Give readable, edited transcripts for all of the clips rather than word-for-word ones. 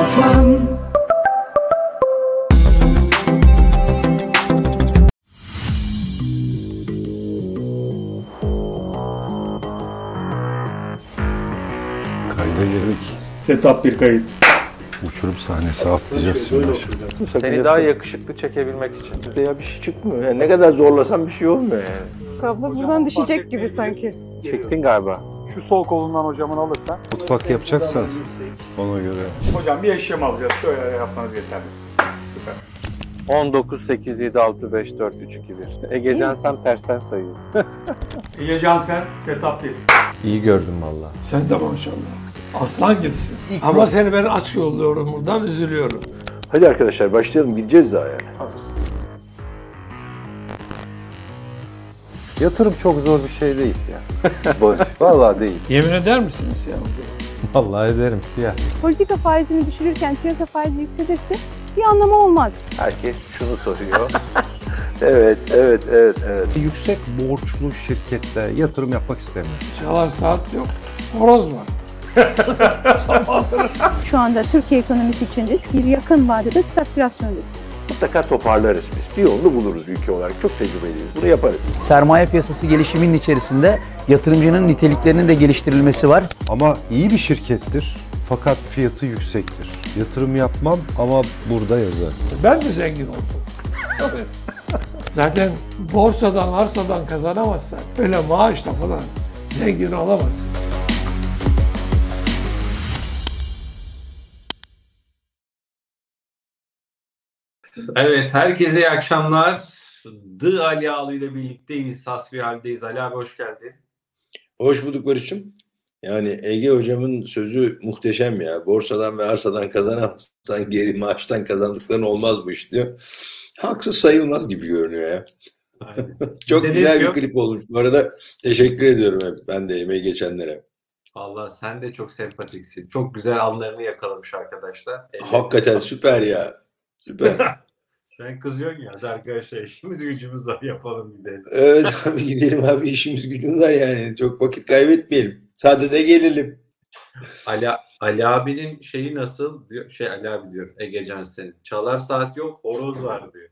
Uzman. Kayda girdik. Setup bir kayıt. Uçurum sahnesi atlayacağız şimdi. Seni daha yakışıklı çekebilmek için. Ya bir şey çıkmıyor. Yani ne kadar zorlasam bir şey olmuyor yani. Kablo buradan düşecek gibi sanki. Çektin galiba. Şu sol kolundan hocamın alırsan. Mutfak yapacaksanız ona göre. Hocam bir eşyam alacağız. Şöyle yapmanız yeterli. Süper. 19, 8, 7, 6, 5, 4, 3, 2, 1. Egecan sen tersten sayıyor. İyi Cansen, setup 1. İyi gördüm valla. Sen de maşallah. Aslan gibisin. Ama seni ben aç yolluyorum buradan, üzülüyorum. Hadi arkadaşlar başlayalım. Gideceğiz daha yani. Hazırız. Yatırım çok zor bir şey değil ya. Boş. Vallahi değil. Yemin eder misiniz ya? Vallahi ederim siyah. Politika faizini düşürürken piyasa faizi yükselirse bir anlamı olmaz. Herkes şunu soruyor. Evet. Yüksek borçlu şirkette yatırım yapmak istemiyorum. Çalar saat yok, horoz var. Şu anda Türkiye ekonomisi için risk bir yakın vadede stagflasyon riski. Mutlaka toparlarız biz. Bir yolunu buluruz ülke olarak. Çok tecrübeliyiz. Bunu yaparız. Sermaye piyasası gelişiminin içerisinde yatırımcının niteliklerinin de geliştirilmesi var. Ama iyi bir şirkettir fakat fiyatı yüksektir. Yatırım yapmam ama burada yazar. Ben de zengin oldum. Zaten borsadan, arsadan kazanamazsan öyle maaşla falan zengin olamazsın. Evet, herkese iyi akşamlar. The Ali Ağlı ile birlikteyiz, hasbihaldeyiz. Ali abi hoş geldin. Hoş bulduk Barış'ım. Yani Ege hocamın sözü muhteşem ya. Borsadan ve arsadan kazanamazsan geri maaştan kazandıkların olmaz bu iş diyor. Haksız sayılmaz gibi görünüyor ya. Çok Bizde güzel bir yok. klip olmuş. Bu arada teşekkür ediyorum hep. Ben de emeği geçenlere. Allah sen de çok sempatiksin. Çok güzel anlarını yakalamış arkadaşlar. Hakikaten süper ya. Süper. Sen kızıyorsun ya. Hadi arkadaşlar işimiz gücümüz var, yapalım gidelim. Evet abi gidelim abi, işimiz gücümüz var yani. Çok vakit kaybetmeyelim. Sadede gelelim. Ali abinin şeyi nasıl? Diyor, Ali abi diyor Egecan senin. Çalar saat yok, horoz var diyor.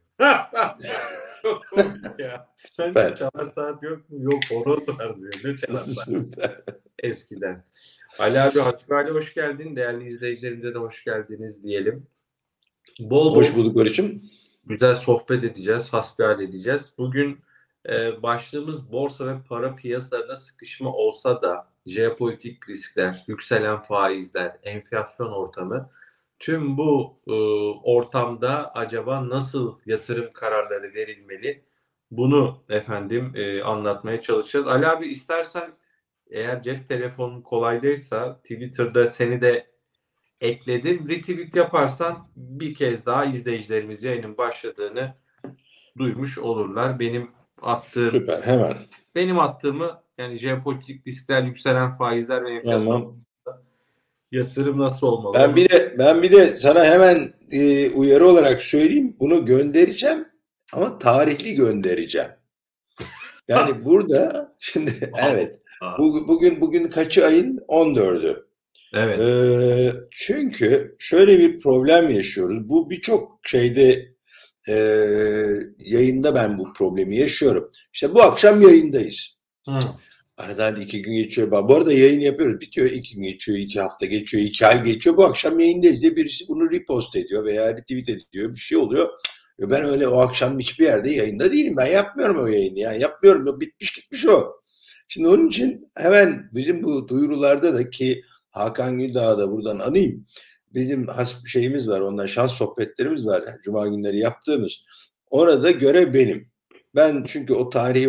Çok komik ya. Sen de Süper. çalar saat yok mu? Yok, horoz var diyor. Ne çalar saat? Süper. Eskiden. Ali abi hasbihali hoş geldin. Değerli izleyicilerimize de hoş geldiniz diyelim. Bol Hoş bulduk Barış'ım. güzel sohbet edeceğiz, hasbihal edeceğiz. Bugün başlığımız borsa ve para piyasalarına sıkışma olsa da jeopolitik riskler, yükselen faizler, enflasyon ortamı, tüm bu ortamda acaba nasıl yatırım kararları verilmeli? Bunu anlatmaya çalışacağız. Ali abi istersen, eğer cep telefonun kolaydaysa, Twitter'da seni de ekledim. Retweet yaparsan bir kez daha izleyicilerimiz yayının başladığını duymuş olurlar. Süper, hemen. Benim attığımı, yani jeopolitik riskler, yükselen faizler ve enflasyon, Tamam. yatırım nasıl olmalı? Ben bir de sana hemen uyarı olarak söyleyeyim. Bunu göndereceğim ama tarihli göndereceğim. Yani burada şimdi evet. Bugün kaçı ayın? 14'ü. Evet. Çünkü şöyle bir problem yaşıyoruz. Bu birçok şeyde yayında ben bu problemi yaşıyorum. İşte bu akşam yayındayız. Aradan 2 gün geçiyor. Bu arada yayın yapıyoruz. Bitiyor. 2 gün geçiyor, 2 hafta geçiyor, 2 ay geçiyor. Bu akşam yayındayız diye birisi bunu repost ediyor veya retweet ediyor. Bir şey oluyor. Ben öyle o akşam hiçbir yerde yayında değilim. Ben yapmıyorum o yayını. Yani yapmıyorum. Bitmiş gitmiş o. Şimdi onun için hemen bizim bu duyurularda da, ki Hakan Güldağ'ı da buradan anayım. Bizim şeyimiz var. Ondan şans sohbetlerimiz var. Cuma günleri yaptığımız. Orada görev benim. Ben çünkü o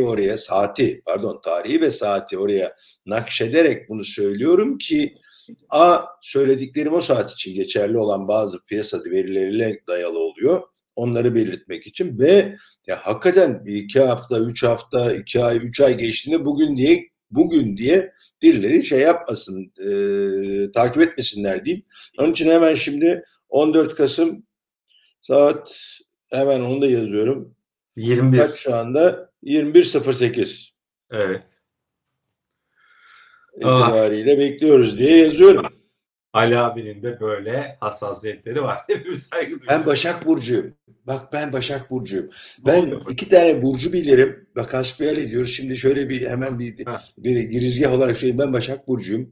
tarihi ve saati oraya nakşederek bunu söylüyorum ki söylediklerim o saat için geçerli olan bazı piyasa verileriyle dayalı oluyor. Onları belirtmek için ve ya hakikaten 2 hafta, 3 hafta, 2 ay, 3 ay geçtiğinde bugün diye birileri şey yapmasın, takip etmesinler diyeyim. Onun için hemen şimdi 14 Kasım saat, hemen onu da yazıyorum. 21. Kaç şu anda? 21.08. Evet. İtibariyle bekliyoruz diye yazıyorum. Ali abinin de böyle hassasiyetleri var. Hepimiz saygı duyuyoruz. Ben Başak Burcu'yum. Bak ben Başak Burcu'yum. Ben 2 tane burcu bilirim. Bak hasbihal ediyoruz. Şimdi şöyle hemen bir girizgah olarak söyleyeyim. Ben Başak Burcu'yum.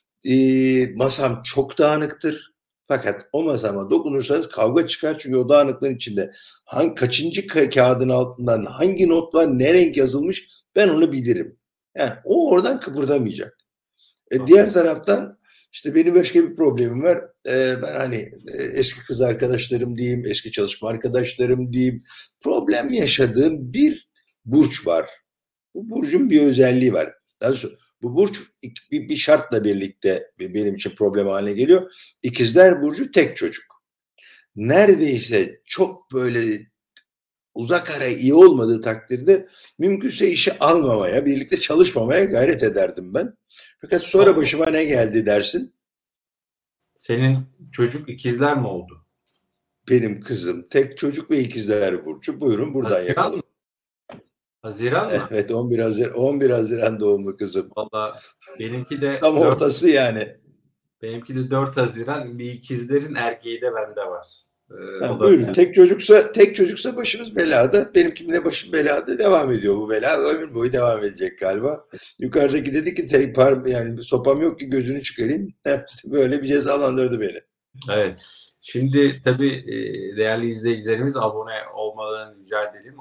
Masam çok dağınıktır. Fakat o masama dokunursanız kavga çıkar. Çünkü o dağınıklığın içinde kaçıncı kağıdın altından hangi not var, ne renk yazılmış ben onu bilirim. Yani o oradan kıpırdamayacak. Diğer taraftan işte benim başka bir problemim var. Ben hani eski kız arkadaşlarım diyeyim, eski çalışma arkadaşlarım diyeyim. Problem yaşadığım bir burç var. Bu burcun bir özelliği var. Daha doğrusu bu burç bir şartla birlikte benim için problem haline geliyor. İkizler Burcu tek çocuk. Neredeyse çok böyle uzak ara iyi olmadığı takdirde mümkünse işi almamaya, birlikte çalışmamaya gayret ederdim ben. Fakat sonra başıma ne geldi dersin? Senin çocuk ikizler mi oldu? Benim kızım tek çocuk ve ikizler burcu. Buyurun buradan Haziran yakalım. mı? Haziran mı? Evet 11 Haziran doğumlu kızım. Valla benimki de Tam ortası yani. benimki de 4 Haziran. Bir ikizlerin erkeği de bende var. O da Buyurun yani. tek çocuksa başımız belada. Benimkinin de başım belada devam ediyor bu bela. Ömür boyu devam edecek galiba. Yukarıdaki dedi ki yani sopam yok ki gözünü çıkarayım. Böyle bir cezalandırdı beni. Evet. Şimdi tabii değerli izleyicilerimiz abone olmalarını rica edelim.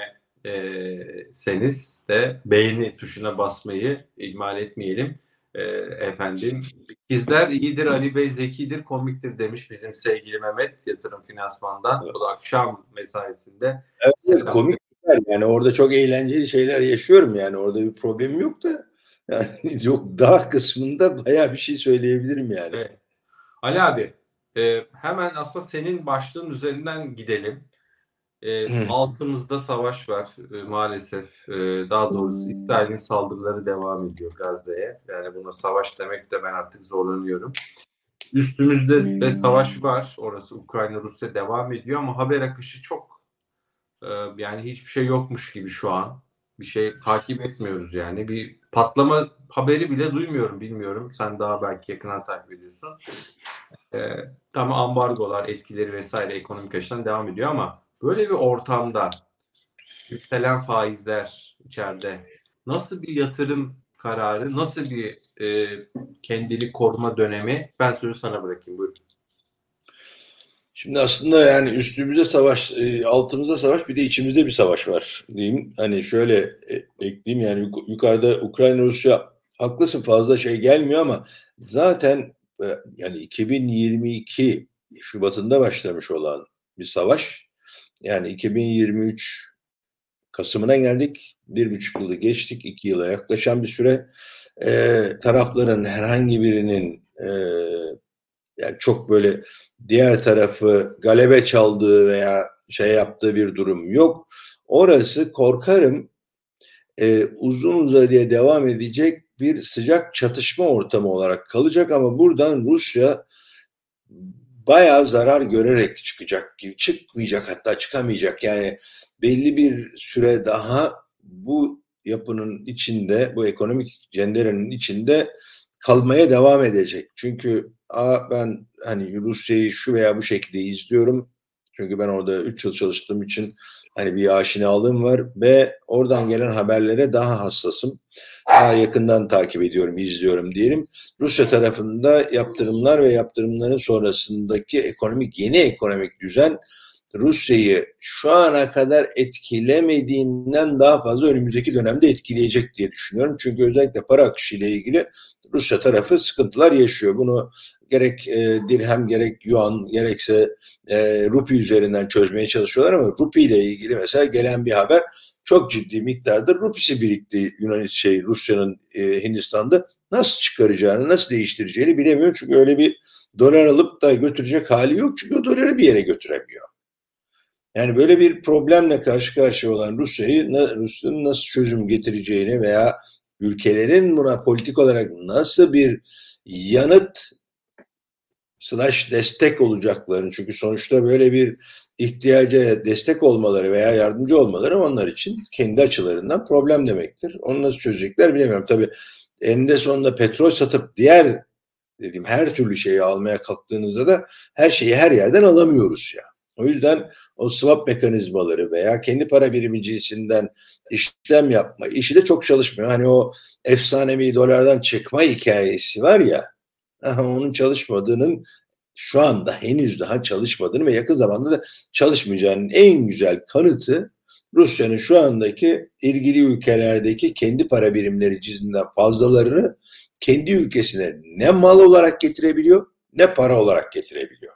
Aboneseniz de beğeni tuşuna basmayı ihmal etmeyelim. Efendim ikizler iyidir, Ali Bey zekidir, komiktir demiş bizim sevgili Mehmet Yatırım Finansman'dan. O da akşam mesaisinde. Evet, komik yani orada çok eğlenceli şeyler yaşıyorum yani orada bir problemim yok da yani yok daha kısmında bayağı bir şey söyleyebilirim yani. Evet. Ali abi hemen aslında senin başlığın üzerinden gidelim. Altımızda savaş var maalesef. Daha doğrusu İsrail'in saldırıları devam ediyor Gazze'ye. Yani buna savaş demek de ben artık zorlanıyorum. Üstümüzde de savaş var. Orası Ukrayna-Rusya devam ediyor ama haber akışı çok yani hiçbir şey yokmuş gibi şu an. Bir şey takip etmiyoruz yani. Bir patlama haberi bile duymuyorum. Bilmiyorum. Sen daha belki yakından takip ediyorsun. Tam ambargolar, etkileri vesaire ekonomik açıdan devam ediyor ama böyle bir ortamda yükselen faizler içeride nasıl bir yatırım kararı, nasıl bir kendini koruma dönemi? Ben sözü sana bırakayım. Buyurun. Şimdi aslında yani üstümüzde savaş, altımızda savaş, bir de içimizde bir savaş var diyeyim. Hani şöyle ekleyeyim yani yukarıda Ukrayna, Rusya haklısın fazla şey gelmiyor ama zaten yani 2022 Şubat'ında başlamış olan bir savaş. Yani 2023 Kasım'ına geldik. 1,5 yılı geçtik. 2 yıla yaklaşan bir süre. Tarafların herhangi birinin yani çok böyle diğer tarafı galebe çaldığı veya şey yaptığı bir durum yok. Orası korkarım uzun uzadıya devam edecek bir sıcak çatışma ortamı olarak kalacak ama buradan Rusya bayağı zarar görerek çıkacak gibi, çıkmayacak hatta çıkamayacak. Yani belli bir süre daha bu yapının içinde, bu ekonomik cenderenin içinde kalmaya devam edecek. Çünkü ben hani Rusya'yı şu veya bu şekilde izliyorum. Çünkü ben orada 3 yıl çalıştığım için hani bir aşinalığım var ve oradan gelen haberlere daha hassasım. Daha yakından takip ediyorum, izliyorum diyelim. Rusya tarafında yaptırımlar ve yaptırımların sonrasındaki yeni ekonomik düzen Rusya'yı şu ana kadar etkilemediğinden daha fazla önümüzdeki dönemde etkileyecek diye düşünüyorum. Çünkü özellikle para akışı ile ilgili Rusya tarafı sıkıntılar yaşıyor. Bunu gerek dirhem, gerek yuan, gerekse rupi üzerinden çözmeye çalışıyorlar ama rupi ile ilgili mesela gelen bir haber çok ciddi miktarda rupisi birikti Rusya'nın Hindistan'da nasıl çıkaracağını, nasıl değiştireceğini bilemiyor. Çünkü öyle bir dolar alıp da götürecek hali yok. Çünkü o doları bir yere götüremiyor. Yani böyle bir problemle karşı karşıya olan Rusya'nın nasıl çözüm getireceğini veya ülkelerin buna politik olarak nasıl bir yanıt destek olacaklarını, çünkü sonuçta böyle bir ihtiyaca destek olmaları veya yardımcı olmaları onlar için kendi açılarından problem demektir. Onu nasıl çözecekler bilemiyorum. Tabii eninde sonunda petrol satıp diğer dediğim her türlü şeyi almaya kalktığınızda da her şeyi her yerden alamıyoruz ya. O yüzden o swap mekanizmaları veya kendi para birimi cinsinden işlem yapma işi de çok çalışmıyor. Hani o efsanevi dolardan çıkma hikayesi var ya, onun çalışmadığının, şu anda henüz daha çalışmadığını ve yakın zamanda da çalışmayacağının en güzel kanıtı Rusya'nın şu andaki ilgili ülkelerdeki kendi para birimleri cinsinden fazlalarını kendi ülkesine ne mal olarak getirebiliyor ne para olarak getirebiliyor.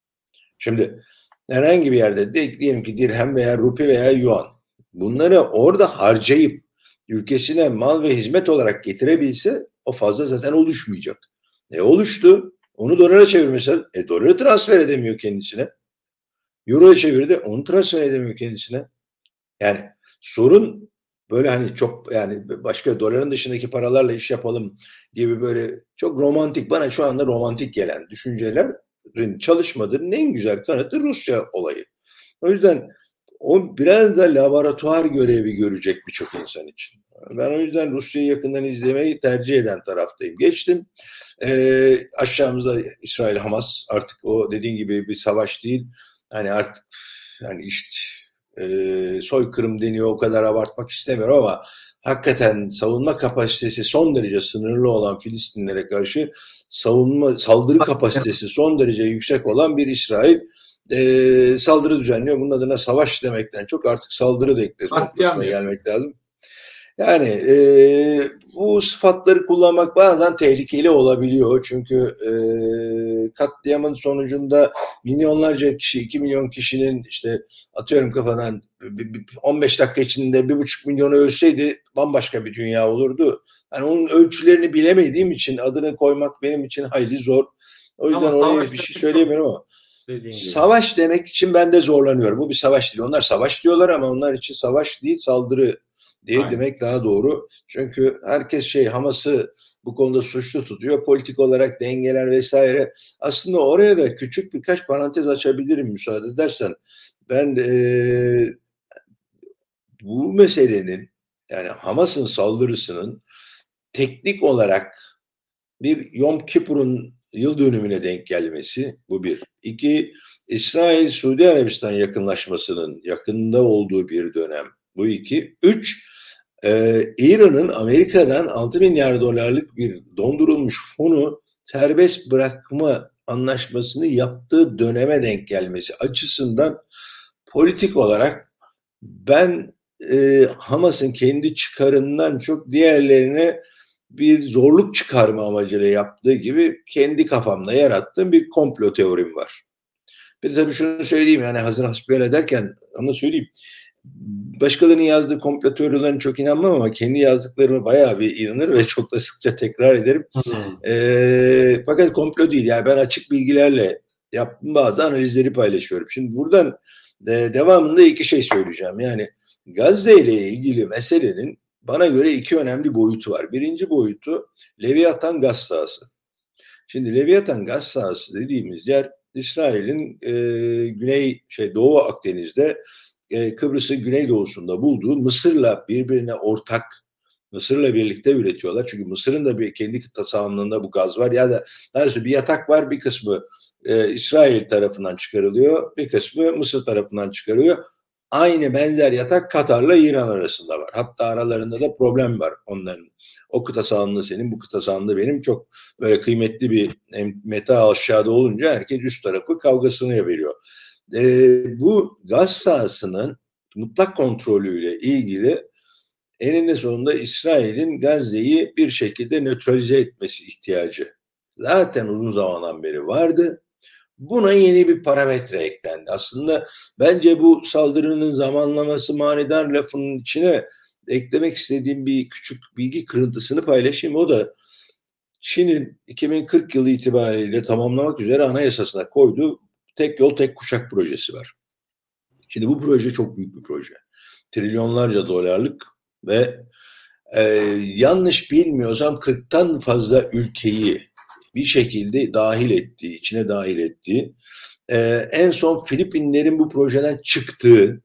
Şimdi herhangi bir yerde de diyelim ki dirhem veya rupi veya yuan, bunları orada harcayıp ülkesine mal ve hizmet olarak getirebilse o fazla zaten oluşmayacak. Oluştu. Onu dolara çevirmesi, doları transfer edemiyor kendisine. Euro'ya çevirdi, onu transfer edemiyor kendisine. Yani sorun böyle hani çok, yani başka doların dışındaki paralarla iş yapalım gibi böyle çok romantik, bana şu anda romantik gelen düşüncelerin çalışmadığının en güzel kanıtı Rusya olayı. O yüzden o biraz da laboratuvar görevi görecek birçok insan için. Ben o yüzden Rusya'yı yakından izlemeyi tercih eden taraftayım. Geçtim. Aşağımızda İsrail-Hamas, artık o dediğin gibi bir savaş değil. Hani artık yani işte soykırım deniyor, o kadar abartmak istemiyorum ama hakikaten savunma kapasitesi son derece sınırlı olan Filistinlere karşı saldırı kapasitesi son derece yüksek olan bir İsrail saldırı düzenliyor. Bunun adına savaş demekten çok artık saldırı noktasına gelmek lazım. Yani bu sıfatları kullanmak bazen tehlikeli olabiliyor. Çünkü katliamın sonucunda milyonlarca kişi, 2 milyon kişinin işte atıyorum kafadan 15 dakika içinde 1,5 milyonu ölseydi bambaşka bir dünya olurdu. Yani onun ölçülerini bilemediğim için adını koymak benim için hayli zor. O yüzden oraya bir şey söyleyemiyorum ama savaş demek için ben de zorlanıyorum. Bu bir savaş değil. Onlar savaş diyorlar ama onlar için savaş değil, saldırı diye demek daha doğru. Çünkü herkes Hamas'ı bu konuda suçlu tutuyor. Politik olarak dengeler vesaire. Aslında oraya da küçük birkaç parantez açabilirim müsaade edersen. Ben bu meselenin, yani Hamas'ın saldırısının teknik olarak bir Yom Kippur'un yıl dönümüne denk gelmesi, bu bir. İki, İsrail-Suudi Arabistan yakınlaşmasının yakında olduğu bir dönem. Bu iki. Üç, İran'ın Amerika'dan 6 milyar dolarlık bir dondurulmuş fonu serbest bırakma anlaşmasını yaptığı döneme denk gelmesi açısından politik olarak ben Hamas'ın kendi çıkarından çok diğerlerine bir zorluk çıkarma amacıyla yaptığı gibi kendi kafamda yarattığım bir komplo teorim var. Bir de tabii şunu söyleyeyim, yani hazır hasbihal ederken onu söyleyeyim. Başkalarının yazdığı komplo teorilerine çok inanmam ama kendi yazdıklarımı bayağı bir inanır ve çok da sıkça tekrar ederim. Fakat komplo değil. Yani ben açık bilgilerle yaptığım bazı analizleri paylaşıyorum. Şimdi buradan devamında iki şey söyleyeceğim. Yani Gazze ile ilgili meselenin bana göre iki önemli boyutu var. Birinci boyutu Leviathan gaz sahası. Şimdi Leviathan gaz sahası dediğimiz yer İsrail'in Doğu Akdeniz'de Kıbrıs'ın güneydoğusunda bulduğu Mısır'la birbirine ortak, Mısır'la birlikte üretiyorlar. Çünkü Mısır'ın da bir kendi kıta sahanlığında bu gaz var. Ya da daha doğrusu bir yatak var, bir kısmı İsrail tarafından çıkarılıyor, bir kısmı Mısır tarafından çıkarıyor. Aynı benzer yatak Katar'la İran arasında var. Hatta aralarında da problem var onların. O kıta sahanlığı senin, bu kıta sahanlığı benim. Çok böyle kıymetli bir meta aşağıda olunca herkes üst tarafı kavgasını yapıyor. Bu gaz sahasının mutlak kontrolüyle ilgili eninde sonunda İsrail'in Gazze'yi bir şekilde nötralize etmesi ihtiyacı zaten uzun zamandan beri vardı. Buna yeni bir parametre eklendi. Aslında bence bu saldırının zamanlaması manidar lafının içine eklemek istediğim bir küçük bilgi kırıntısını paylaşayım. O da Çin'in 2040 yılı itibariyle tamamlamak üzere anayasasına koyduğu tek yol tek kuşak projesi var. Şimdi bu proje çok büyük bir proje. Trilyonlarca dolarlık ve yanlış bilmiyorsam 40'tan fazla ülkeyi bir şekilde içine dahil ettiği, en son Filipinlerin bu projeden çıktığı,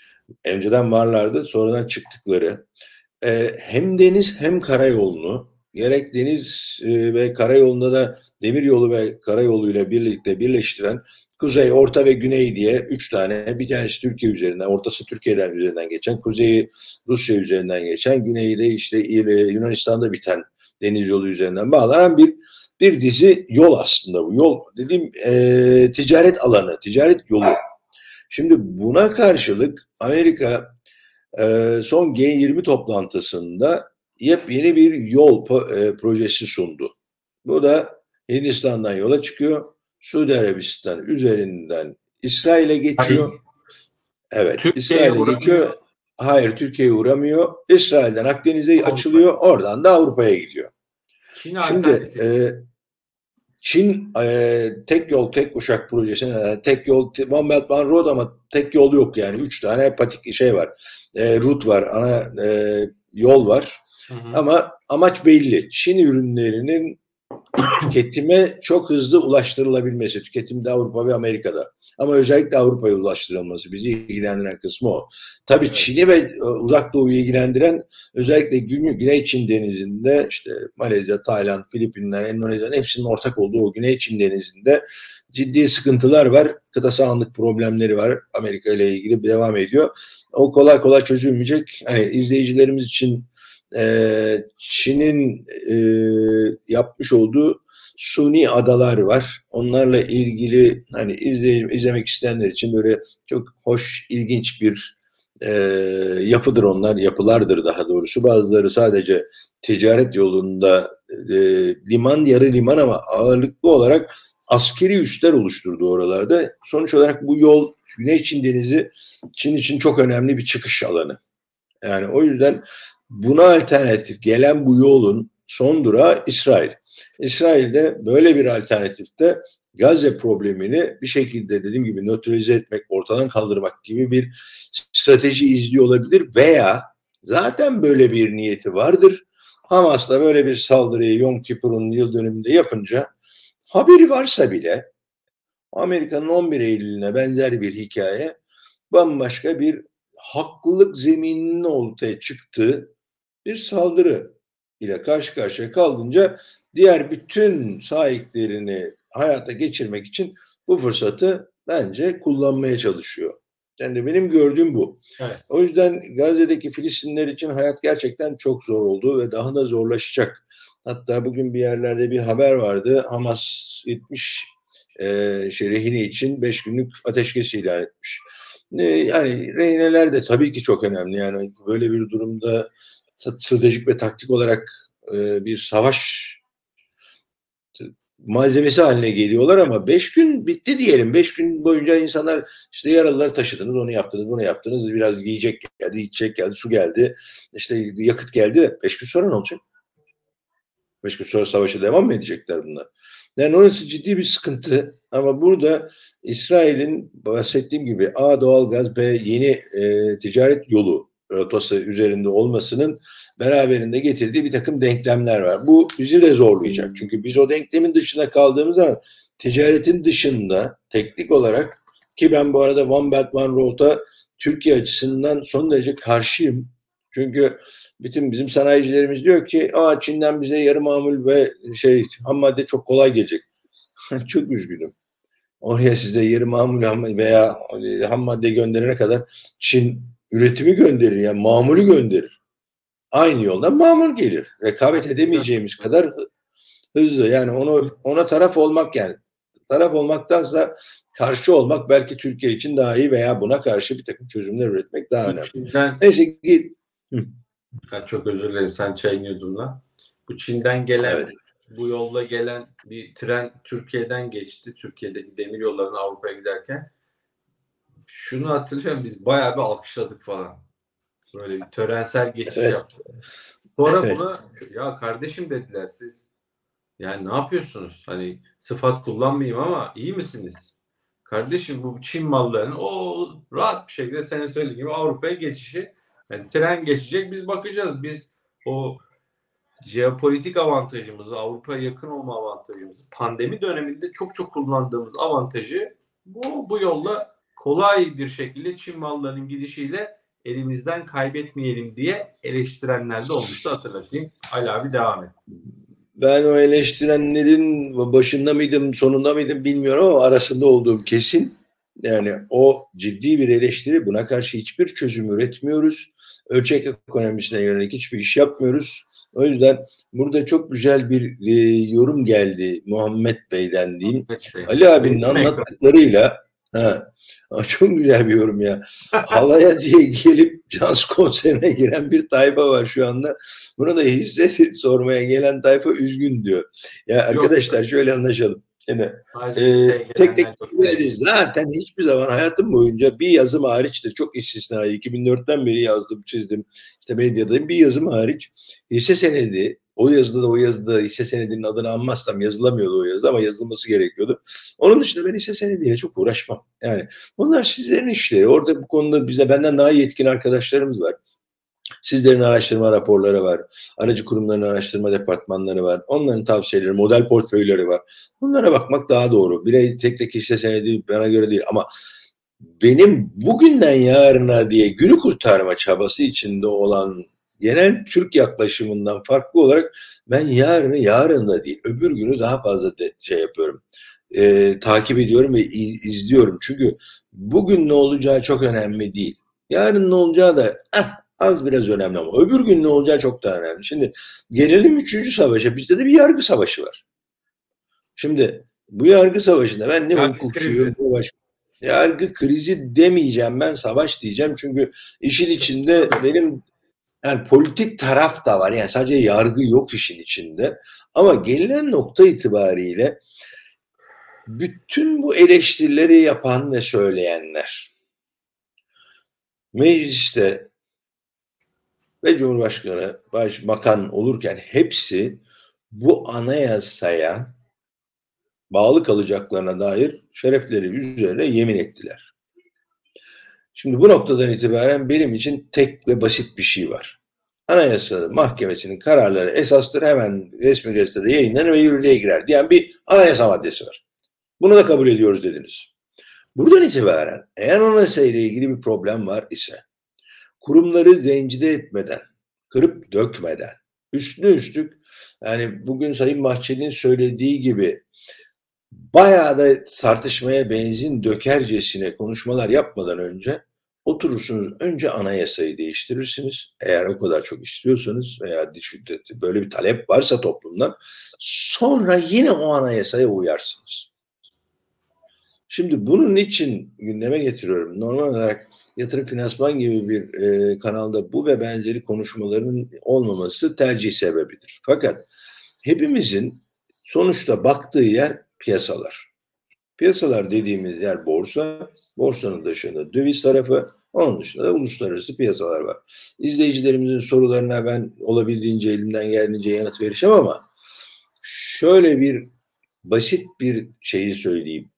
önceden varlardı, sonradan çıktıkları, hem deniz hem karayolunu gerek deniz ve karayolunda da demiryolu ve karayoluyla birlikte birleştiren Kuzey, Orta ve Güney diye 3 tane, bir tanesi Türkiye üzerinden, ortası Türkiye'den üzerinden geçen, kuzeyi Rusya üzerinden geçen, güneyi de işte Yunanistan'da biten deniz yolu üzerinden bağlanan bir dizi yol aslında bu. Yol dediğim ticaret alanı, ticaret yolu. Şimdi buna karşılık Amerika son G20 toplantısında yepyeni bir yol projesi sundu. Bu da Hindistan'dan yola çıkıyor. Suudi Arabistan üzerinden İsrail'e geçiyor. Evet, İsrail'e geçiyor. Hayır, Türkiye'ye uğramıyor. İsrail'den Akdeniz'e açılıyor. Oradan da Avrupa'ya gidiyor. Şimdi Çin tek yol tek kuşak projesine, tek yol One Belt One Road ama tek yol yok yani. 3 tane patik şey var. Rut var, ana yol var. Ama amaç belli. Çin ürünlerinin tüketime çok hızlı ulaştırılabilmesi. Tüketimde Avrupa ve Amerika'da. Ama özellikle Avrupa'ya ulaştırılması. Bizi ilgilendiren kısmı o. Tabii Çin'i ve Uzak Doğu'yu ilgilendiren özellikle Güney Çin denizinde işte Malezya, Tayland, Filipinler, Endonezya'nın hepsinin ortak olduğu o Güney Çin denizinde ciddi sıkıntılar var. Kıta sahanlık problemleri var. Amerika ile ilgili devam ediyor. O kolay kolay çözülmeyecek. Hani izleyicilerimiz için Çin'in yapmış olduğu suni adalar var. Onlarla ilgili hani izlemek isteyenler için böyle çok hoş, ilginç bir yapıdır onlar. Yapılardır daha doğrusu. Bazıları sadece ticaret yolunda liman, yarı liman ama ağırlıklı olarak askeri üsler oluşturdu oralarda. Sonuç olarak bu yol Güney Çin Denizi Çin için çok önemli bir çıkış alanı. Yani o yüzden buna alternatif gelen bu yolun son durağı İsrail. İsrail'de böyle bir alternatifte Gazze problemini bir şekilde dediğim gibi nötralize etmek, ortadan kaldırmak gibi bir strateji izliyor olabilir veya zaten böyle bir niyeti vardır. Hamas'la böyle bir saldırıyı Yom Kippur'un yıl dönümünde yapınca haberi varsa bile Amerika'nın 11 Eylül'üne benzer bir hikaye bambaşka bir haklılık zemininin ortaya çıktığı bir saldırı ile karşı karşıya kalınca diğer bütün sahiplerini hayata geçirmek için bu fırsatı bence kullanmaya çalışıyor. Yani benim gördüğüm bu. Evet. O yüzden Gazze'deki Filistinler için hayat gerçekten çok zor oldu ve daha da zorlaşacak. Hatta bugün bir yerlerde bir haber vardı. Hamas 70 rehine için 5 günlük ateşkes ilan etmiş. Yani rehineler de tabii ki çok önemli. Yani böyle bir durumda stratejik ve taktik olarak bir savaş malzemesi haline geliyorlar ama 5 gün bitti diyelim. 5 gün boyunca insanlar işte yaralıları taşıdınız, onu yaptınız, bunu yaptınız. Biraz yiyecek geldi, içecek geldi, su geldi, işte yakıt geldi. 5 gün sonra ne olacak? 5 gün sonra savaşa devam mı edecekler bunlar? Yani orası ciddi bir sıkıntı ama burada İsrail'in bahsettiğim gibi A doğalgaz, B yeni ticaret yolu rotası üzerinde olmasının beraberinde getirdiği bir takım denklemler var. Bu bizi de zorlayacak. Çünkü biz o denklemin dışında kaldığımız zaman ticaretin dışında teknik olarak ki ben bu arada One Belt One Road'a Türkiye açısından son derece karşıyım. Çünkü bütün bizim sanayicilerimiz diyor ki Çin'den bize yarı mamul ve ham madde çok kolay gelecek. Çok üzgünüm. Oraya size yarı mamul veya ham madde gönderene kadar Çin üretimi gönderir, yani mamulü gönderir. Aynı yoldan mamul gelir. Rekabet edemeyeceğimiz kadar hızlı. Yani ona taraf olmak, yani taraf olmaktansa karşı olmak belki Türkiye için daha iyi veya buna karşı bir takım çözümler üretmek daha önemli. Neyse ki çok özür dilerim, sen çayını yudum lan. Bu Çin'den gelen, evet, bu yolla gelen bir tren Türkiye'den geçti. Türkiye'deki demir yollarına Avrupa'ya giderken. Şunu hatırlıyorum, biz bayağı bir alkışladık falan. Böyle bir törensel geçiş yaptık. Sonra buna ya kardeşim dediler, siz yani ne yapıyorsunuz? Hani sıfat kullanmayayım ama iyi misiniz? Kardeşim bu Çin mallarının rahat bir şekilde senin söylediğin gibi Avrupa'ya geçişi, yani tren geçecek, biz bakacağız. Biz o jeopolitik avantajımızı, Avrupa'ya yakın olma avantajımızı, pandemi döneminde çok kullandığımız avantajı bu yolla kolay bir şekilde Çin mallarının gidişiyle elimizden kaybetmeyelim diye eleştirenler de olmuştu, hatırlatayım. Ali abi devam et. Ben o eleştirenlerin başında mıydım, sonunda mıydım bilmiyorum ama arasında olduğum kesin. Yani o ciddi bir eleştiri. Buna karşı hiçbir çözüm üretmiyoruz. Ölçek ekonomisine yönelik hiçbir iş yapmıyoruz. O yüzden burada çok güzel bir yorum geldi Muhammed Bey'den diyeyim. Ali abinin anlattıklarıyla çok güzel bir yorum ya. Halaya diye gelip caz konserine giren bir tayfa var şu anda. Bunu da hisse sormaya gelen tayfa üzgün diyor. Ya arkadaşlar şöyle anlaşalım. Yani, tek tek zaten hiçbir zaman hayatım boyunca bir yazım hariçtir. Çok istisnai. 2004'ten beri yazdım, çizdim. İşte medyadayım. Bir yazım hariç hisse senedi, o yazıda hisse senedinin adını anmazsam yazılamıyordu o yazıda ama yazılması gerekiyordu. Onun dışında ben hisse senediyle çok uğraşmam. Yani bunlar sizlerin işleri. Orada bu konuda benden daha yetkin arkadaşlarımız var. Sizlerin araştırma raporları var. Aracı kurumların araştırma departmanları var. Onların tavsiyeleri, model portföyleri var. Bunlara bakmak daha doğru. Birey tek tek hisse senedi bana göre değil ama benim bugünden yarına diye günü kurtarma çabası içinde olan genel Türk yaklaşımından farklı olarak ben yarın da değil, öbür günü daha fazla yapıyorum. Takip ediyorum ve izliyorum. Çünkü bugün ne olacağı çok önemli değil. Yarın ne olacağı da az biraz önemli ama öbür gün ne olacağı çok daha önemli. Şimdi gelelim 3. savaşa. Bizde de bir yargı savaşı var. Şimdi bu yargı savaşında ben ne hukukçuyum ne başka. Yargı krizi demeyeceğim, ben savaş diyeceğim. Çünkü işin içinde benim politik taraf da var. Yani sadece yargı yok işin içinde. Ama gelinen nokta itibariyle bütün bu eleştirileri yapan ve söyleyenler mecliste ve Cumhurbaşkanı bakan olurken hepsi bu anayasaya bağlı kalacaklarına dair şerefleri üzerine yemin ettiler. Şimdi bu noktadan itibaren benim için tek ve basit bir şey var. Anayasa Mahkemesi'nin kararları esastır, hemen resmi gazetede yayınlanır ve yürürlüğe girer diyen bir anayasa maddesi var. Bunu da kabul ediyoruz dediniz. Buradan itibaren eğer anayasa ile ilgili bir problem var ise kurumları rencide etmeden, kırıp dökmeden, üstüne üstlük yani bugün Sayın Bahçeli'nin söylediği gibi bayağı da tartışmaya benzin dökercesine konuşmalar yapmadan önce oturursunuz, önce anayasayı değiştirirsiniz. Eğer o kadar çok istiyorsanız veya böyle bir talep varsa toplumdan, sonra yine o anayasaya uyarsınız. Şimdi bunun için gündeme getiriyorum. Normal olarak Yatırım Finansman gibi bir kanalda bu ve benzeri konuşmaların olmaması tercih sebebidir. Fakat hepimizin sonuçta baktığı yer piyasalar. Piyasalar dediğimiz yer borsa, borsanın dışında döviz tarafı, onun dışında da uluslararası piyasalar var. İzleyicilerimizin sorularına ben olabildiğince elimden geldiğince yanıt vereceğim ama şöyle bir basit bir şeyi söyleyeyim.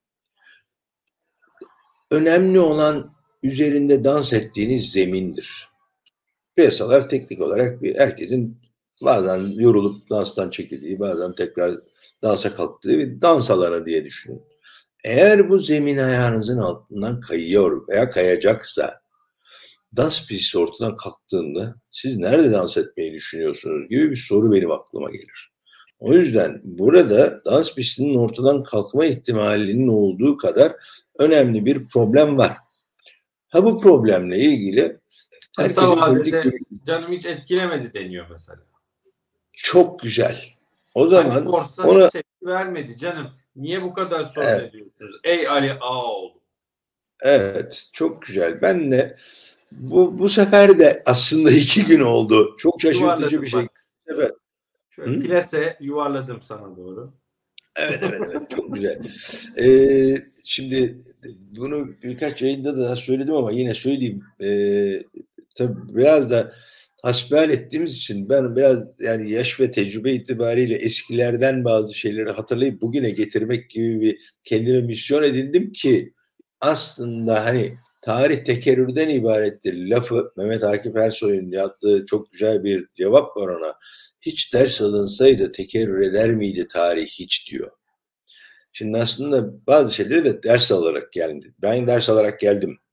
Önemli olan üzerinde dans ettiğiniz zemindir. Piyasalar teknik olarak herkesin bazen yorulup danstan çekildiği, bazen tekrar dansa kalktığı bir dans alanı diye düşünün. Eğer bu zemin ayağınızın altından kayıyor veya kayacaksa, dans pisti ortadan kalktığında siz nerede dans etmeyi düşünüyorsunuz gibi bir soru benim aklıma gelir. O yüzden burada dans pistinin ortadan kalkma ihtimalinin olduğu kadar önemli bir problem var. Bu problemle ilgili kısa vadede canım hiç etkilemedi deniyor mesela. Çok güzel. O zaman borsa ona hiç tepki vermedi canım. Niye bu kadar sorun ediyorsunuz? Ey Ali Ağaoğlu. Evet, çok güzel. Ben de bu sefer de aslında 2 gün oldu. Çok şaşırtıcı bir şey. Şöyle plase yuvarladım sana doğru. Evet, çok güzel. Şimdi bunu birkaç yayında da söyledim ama yine söyleyeyim. Tabii biraz da hasbihal ettiğimiz için ben biraz yani yaş ve tecrübe itibariyle eskilerden bazı şeyleri hatırlayıp bugüne getirmek gibi bir kendime misyon edindim ki aslında hani tarih tekerrürden ibarettir lafı Mehmet Akif Ersoy'un yaptığı çok güzel bir cevap var ona. Hiç ders alınsaydı tekerrür eder miydi tarih hiç diyor. Şimdi aslında bazı şeyleri de ders alarak geldim. Ben ders alarak geldim.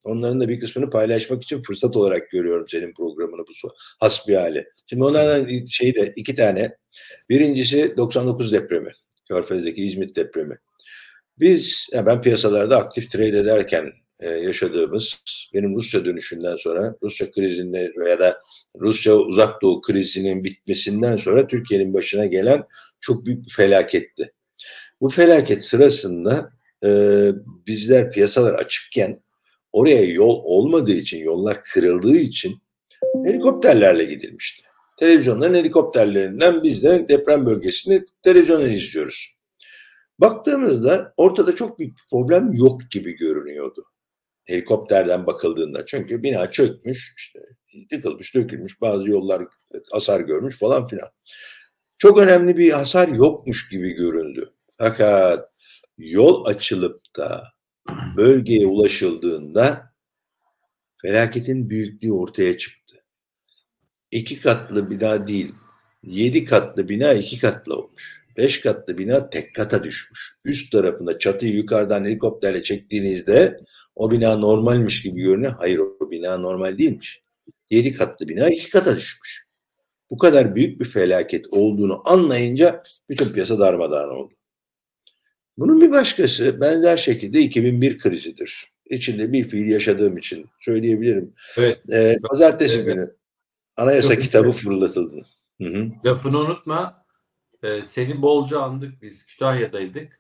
Onların da bir kısmını paylaşmak için fırsat olarak görüyorum senin programını bu hasbihali. Şimdi onlardan iki tane. Birincisi 99 depremi. Körfez'deki İzmit depremi. Ben piyasalarda aktif trade ederken yaşadığımız, benim Rusya dönüşünden sonra, Rusya krizinde veya da Rusya uzak doğu krizinin bitmesinden sonra Türkiye'nin başına gelen çok büyük bir felaketti. Bu felaket sırasında bizler piyasalar açıkken oraya yol olmadığı için, yollar kırıldığı için helikopterlerle gidilmişti. Televizyonların helikopterlerinden biz de deprem bölgesini televizyondan izliyoruz. Baktığımızda ortada çok büyük bir problem yok gibi görünüyordu. Helikopterden bakıldığında. Çünkü bina çökmüş, işte yıkılmış, dökülmüş, bazı yollar hasar görmüş falan filan. Çok önemli bir hasar yokmuş gibi göründü. Fakat yol açılıp da bölgeye ulaşıldığında felaketin büyüklüğü ortaya çıktı. 2 katlı bina değil, 7 katlı bina 2 katlı olmuş. 5 katlı bina tek kata düşmüş. Üst tarafında çatıyı yukarıdan helikopterle çektiğinizde o bina normalmiş gibi görünüyor. Hayır, o bina normal değilmiş. 7 katlı bina 2 kata düşmüş. Bu kadar büyük bir felaket olduğunu anlayınca bütün piyasa darmadağın oldu. Bunun bir başkası benzer şekilde 2001 krizidir. İçinde bir fiil yaşadığım için söyleyebilirim. Evet. Pazartesi günü anayasa kitabı fırlatıldı. Hı-hı. Lafını unutma. Seni bolca andık biz. Kütahya'daydık.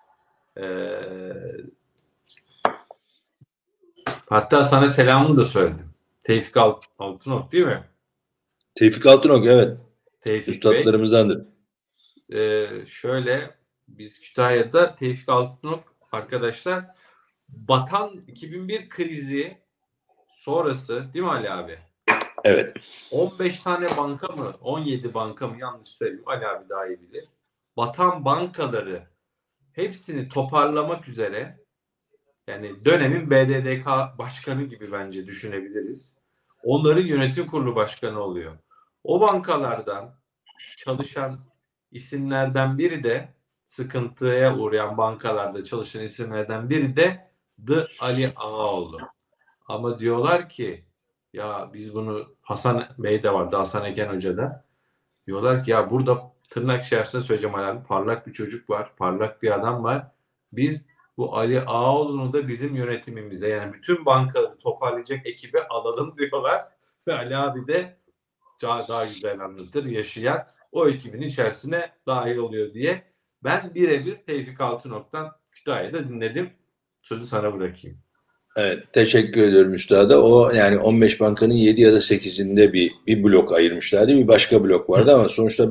Hatta sana selamını da söyledim. Tevfik Altınok değil mi? Tevfik Altınok, evet. Tevfik üstadlarımızdandır. Şöyle, biz Kütahya'da Tevfik Altınok arkadaşlar, batan 2001 krizi sonrası değil mi Ali abi? Evet. 15 tane banka mı? 17 banka mı? Yanlış söylüyorum. Ali abi daha iyi bilir. Batan bankaları hepsini toparlamak üzere, yani dönemin BDDK başkanı gibi bence düşünebiliriz. Onların yönetim kurulu başkanı oluyor. O bankalardan çalışan isimlerden biri de, sıkıntıya uğrayan bankalarda çalışan isimlerden biri de Ali Ağaoğlu. Ama diyorlar ki ya biz bunu, Hasan Bey de vardı, Hasan Eken Hoca da, diyorlar ki ya burada tırnak içerisinde söyleyeceğim abi, parlak bir çocuk var, parlak bir adam var. Biz bu Ali Ağaoğlu'nu da bizim yönetimimize, yani bütün bankaları toparlayacak ekibe alalım diyorlar. Ve Ali abi de daha güzel anlatır, yaşayan o ekibin içerisine dahil oluyor diye. Ben birebir Tevfik Altınok'tan Kütahya'da dinledim. Sözü sana bırakayım. Evet, teşekkür ediyorum üstada. O yani 15 bankanın 7 ya da 8'inde bir blok ayırmışlardı. Bir başka blok vardı ama sonuçta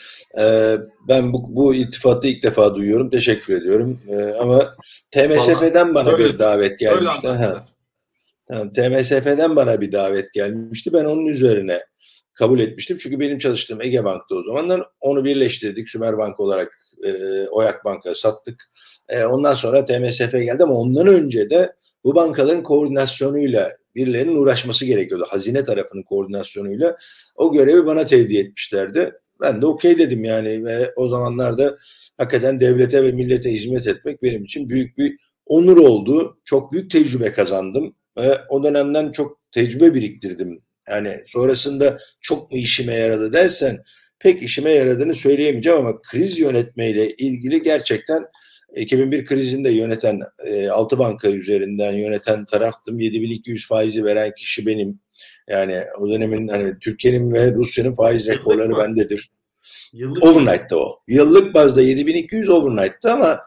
ben bu iltifatı ilk defa duyuyorum. Teşekkür ediyorum. Ama TMSF'den bana bir davet gelmişti. Tamam, TMSF'den bana bir davet gelmişti. Ben onun üzerine kabul etmiştim. Çünkü benim çalıştığım Ege Bank'ta o zamanlar, onu birleştirdik. Sümer Bank olarak Oyak Bank'a sattık. Ondan sonra TMSF geldi ama ondan önce de bu bankaların koordinasyonuyla birilerinin uğraşması gerekiyordu. Hazine tarafının koordinasyonuyla o görevi bana tevdi etmişlerdi. Ben de okey dedim yani ve o zamanlarda hakikaten devlete ve millete hizmet etmek benim için büyük bir onur oldu. Çok büyük tecrübe kazandım ve o dönemden çok tecrübe biriktirdim. Yani sonrasında çok mu işime yaradı dersen pek işime yaradığını söyleyemeyeceğim ama kriz yönetmeyle ilgili gerçekten 2001 krizinde yöneten 6 banka üzerinden yöneten taraftım. 7.200 faizi veren kişi benim. Yani o dönemin hani Türkiye'nin ve Rusya'nın faiz rekorları bendedir. Overnight'ta o. Yıllık bazda 7.200 overnight'ta ama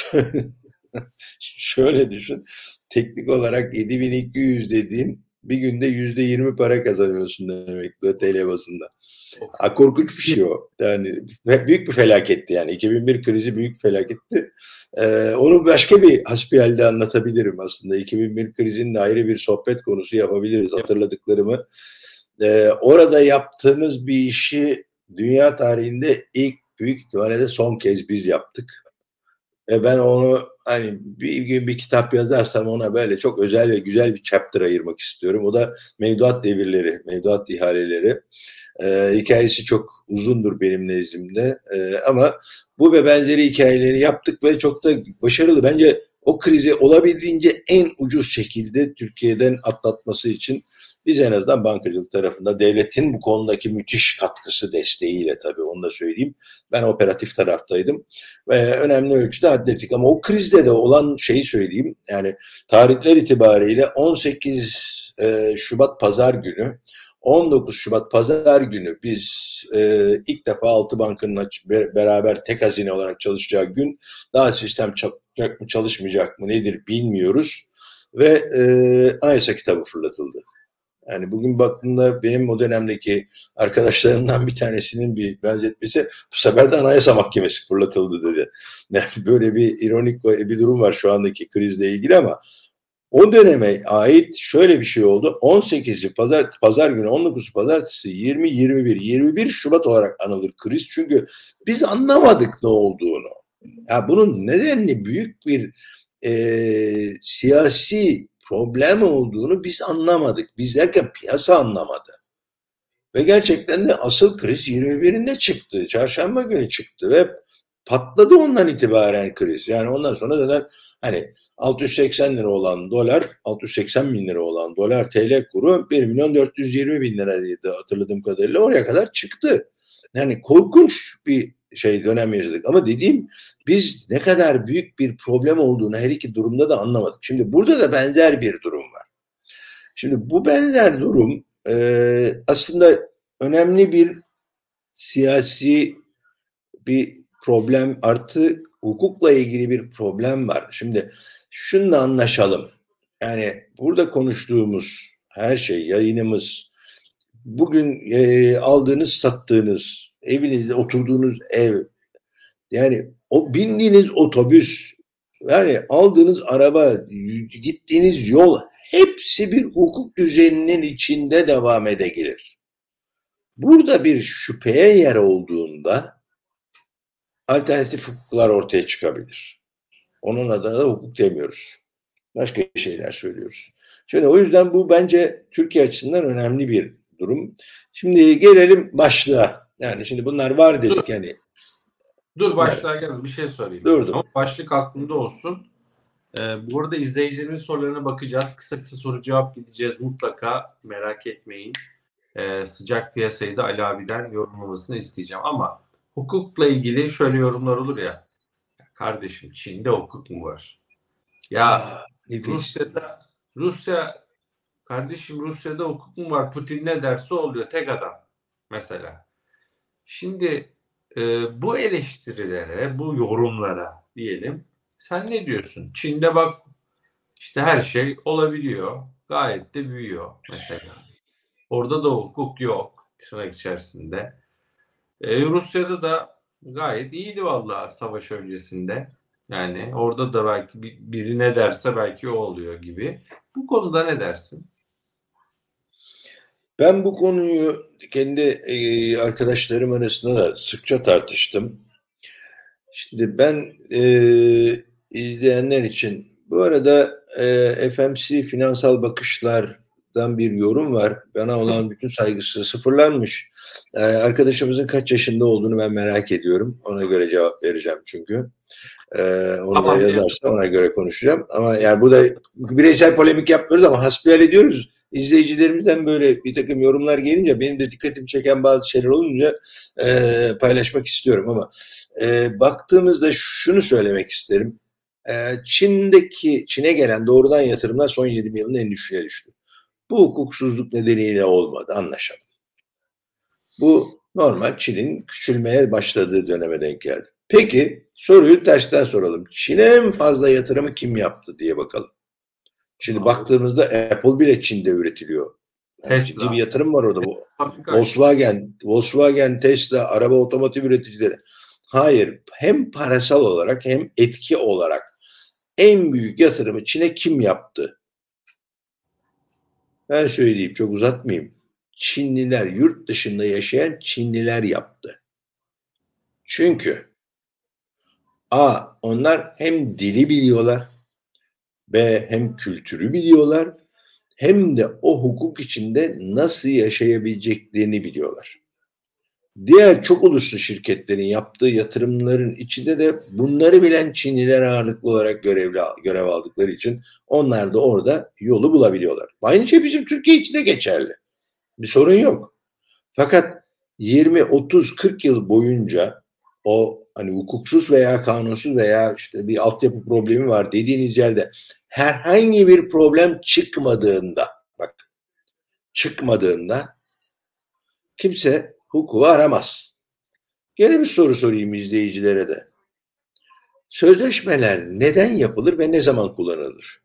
şöyle düşün. Teknik olarak 7.200 dediğin bir günde %20 para kazanıyorsun demek TL bazında. Korkunç bir şey o. Yani büyük bir felaketti yani. 2001 krizi büyük bir felaketti. Onu başka bir hasbihalde anlatabilirim aslında. 2001 krizinin de ayrı bir sohbet konusu yapabiliriz hatırladıklarımı. Orada yaptığımız bir işi dünya tarihinde ilk, büyük ihtimalle de son kez biz yaptık. Ve ben onu hani bir gün bir kitap yazarsam ona böyle çok özel ve güzel bir chapter ayırmak istiyorum. O da mevduat devirleri, mevduat ihaleleri. Hikayesi çok uzundur benim nezdimde ama bu ve benzeri hikayeleri yaptık ve çok da başarılı. Bence o krizi olabildiğince en ucuz şekilde Türkiye'den atlatması için biz en azından bankacılık tarafında devletin bu konudaki müthiş katkısı desteğiyle, tabii onu da söyleyeyim. Ben operatif taraftaydım ve önemli ölçüde hallettik. Ama o krizde de olan şeyi söyleyeyim. Yani tarihler itibariyle 18 Şubat Pazar günü, 19 Şubat Pazar günü biz ilk defa 6 bankanın beraber tek hazine olarak çalışacağı gün, daha sistem çalışacak mı çalışmayacak mı nedir bilmiyoruz ve anayasa kitabı fırlatıldı. Yani bugün baktığımda benim o dönemdeki arkadaşlarımdan bir tanesinin bir benzetmesi, bu sefer de Anayasa Mahkemesi fırlatıldı dedi. Yani böyle bir ironik bir durum var şu andaki krizle ilgili ama o döneme ait şöyle bir şey oldu. 18'i pazar günü, 19'u pazartesi, 21 Şubat olarak anılır kriz. Çünkü biz anlamadık ne olduğunu. Ya bunun nedenli büyük bir siyasi problem olduğunu biz anlamadık. Biz derken piyasa anlamadı. Ve gerçekten de asıl kriz 21'inde çıktı. Çarşamba günü çıktı ve patladı ondan itibaren kriz. Yani ondan sonra zaten hani 680 lira olan dolar, 680 bin lira olan dolar TL kuru 1 milyon 420 bin liraydı hatırladığım kadarıyla, oraya kadar çıktı. Yani korkunç bir dönem yaşadık. Ama dediğim, biz ne kadar büyük bir problem olduğunu her iki durumda da anlamadık. Şimdi burada da benzer bir durum var. Şimdi bu benzer durum aslında önemli bir siyasi bir problem, artı hukukla ilgili bir problem var. Şimdi şununla anlaşalım. Yani burada konuştuğumuz her şey, yayınımız, bugün aldığınız, sattığınız, evinizde oturduğunuz ev, yani o bindiğiniz otobüs, yani aldığınız araba, gittiğiniz yol, hepsi bir hukuk düzeninin içinde devam edebilir. Burada bir şüpheye yer olduğunda alternatif hukuklar ortaya çıkabilir. Onun adına da hukuk demiyoruz. Başka şeyler söylüyoruz. Şimdi o yüzden bu bence Türkiye açısından önemli bir durum. Şimdi gelelim başlığa. Yani şimdi bunlar var dedik yani. Dur başlığa gel, bir şey sorayım. Dur. Ama başlık aklında olsun. Bu arada izleyicilerin sorularına bakacağız. Kısa kısa soru cevap gideceğiz. Mutlaka merak etmeyin. Sıcak piyasayı da Ali abiden yorumlamasını isteyeceğim. Ama hukukla ilgili şöyle yorumlar olur ya. Kardeşim, Çin'de hukuk mu var? Ya Rusya'da hukuk mu var? Putin ne derse oluyor. Tek adam mesela. Şimdi bu eleştirilere, bu yorumlara diyelim, sen ne diyorsun? Çin'de bak işte her şey olabiliyor. Gayet de büyüyor mesela. Orada da hukuk yok tırnak içerisinde. Rusya'da da gayet iyiydi vallahi savaş öncesinde. Yani orada da belki biri ne derse belki o oluyor gibi. Bu konuda ne dersin? Ben bu konuyu kendi arkadaşlarım arasında da sıkça tartıştım. Şimdi ben izleyenler için bu arada FMC Finansal Bakışlar'dan bir yorum var. Bana olan bütün saygısı sıfırlanmış. Arkadaşımızın kaç yaşında olduğunu ben merak ediyorum. Ona göre cevap vereceğim çünkü. Onu da yazarsa ona göre konuşacağım. Ama yani bu da bireysel polemik yapmıyoruz ama hasbihal ediyoruz. İzleyicilerimizden böyle bir takım yorumlar gelince benim de dikkatimi çeken bazı şeyler olunca paylaşmak istiyorum ama baktığımızda şunu söylemek isterim. Çin'e gelen doğrudan yatırımlar son 20 yılın en düşüğe düştü. Bu hukuksuzluk nedeniyle olmadı, anlaşalım. Bu normal Çin'in küçülmeye başladığı döneme denk geldi. Peki soruyu tersten soralım. Çin'e en fazla yatırımı kim yaptı diye bakalım. Şimdi baktığımızda Apple bile Çin'de üretiliyor. Yani ciddi bir yatırım var orada. Volkswagen, Tesla, araba otomotiv üreticileri. Hayır, hem parasal olarak hem etki olarak en büyük yatırımı Çin'e kim yaptı? Ben söyleyeyim, çok uzatmayayım. Çinliler, yurt dışında yaşayan Çinliler yaptı. Çünkü onlar hem dili biliyorlar, B, hem kültürü biliyorlar, hem de o hukuk içinde nasıl yaşayabileceklerini biliyorlar. Diğer çok uluslu şirketlerin yaptığı yatırımların içinde de bunları bilen Çinliler ağırlıklı olarak görev aldıkları için onlar da orada yolu bulabiliyorlar. Aynı şey bizim Türkiye için de geçerli. Bir sorun yok. Fakat 20, 30, 40 yıl boyunca o hani hukuksuz veya kanunsuz veya işte bir altyapı problemi var dediğiniz yerde herhangi bir problem çıkmadığında kimse hukuku aramaz. Gene bir soru sorayım izleyicilere de. Sözleşmeler neden yapılır ve ne zaman kullanılır?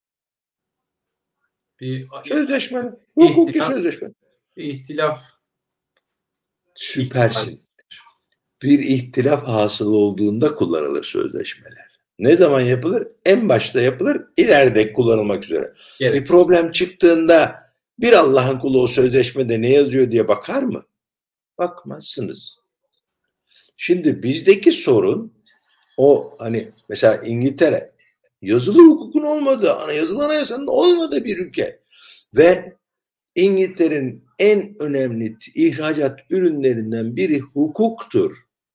Sözleşme, hukuki sözleşme. İhtilaf. Süpersin. Bir ihtilaf hasıl olduğunda kullanılır sözleşmeler. Ne zaman yapılır? En başta yapılır, ileride kullanılmak üzere. Gerek. Bir problem çıktığında bir Allah'ın kulu o sözleşmede ne yazıyor diye bakar mı? Bakmazsınız. Şimdi bizdeki sorun o hani mesela İngiltere yazılı hukukun olmadığı, yazılı anayasanın olmadığı bir ülke ve İngiltere'nin en önemli ihracat ürünlerinden biri hukuktur.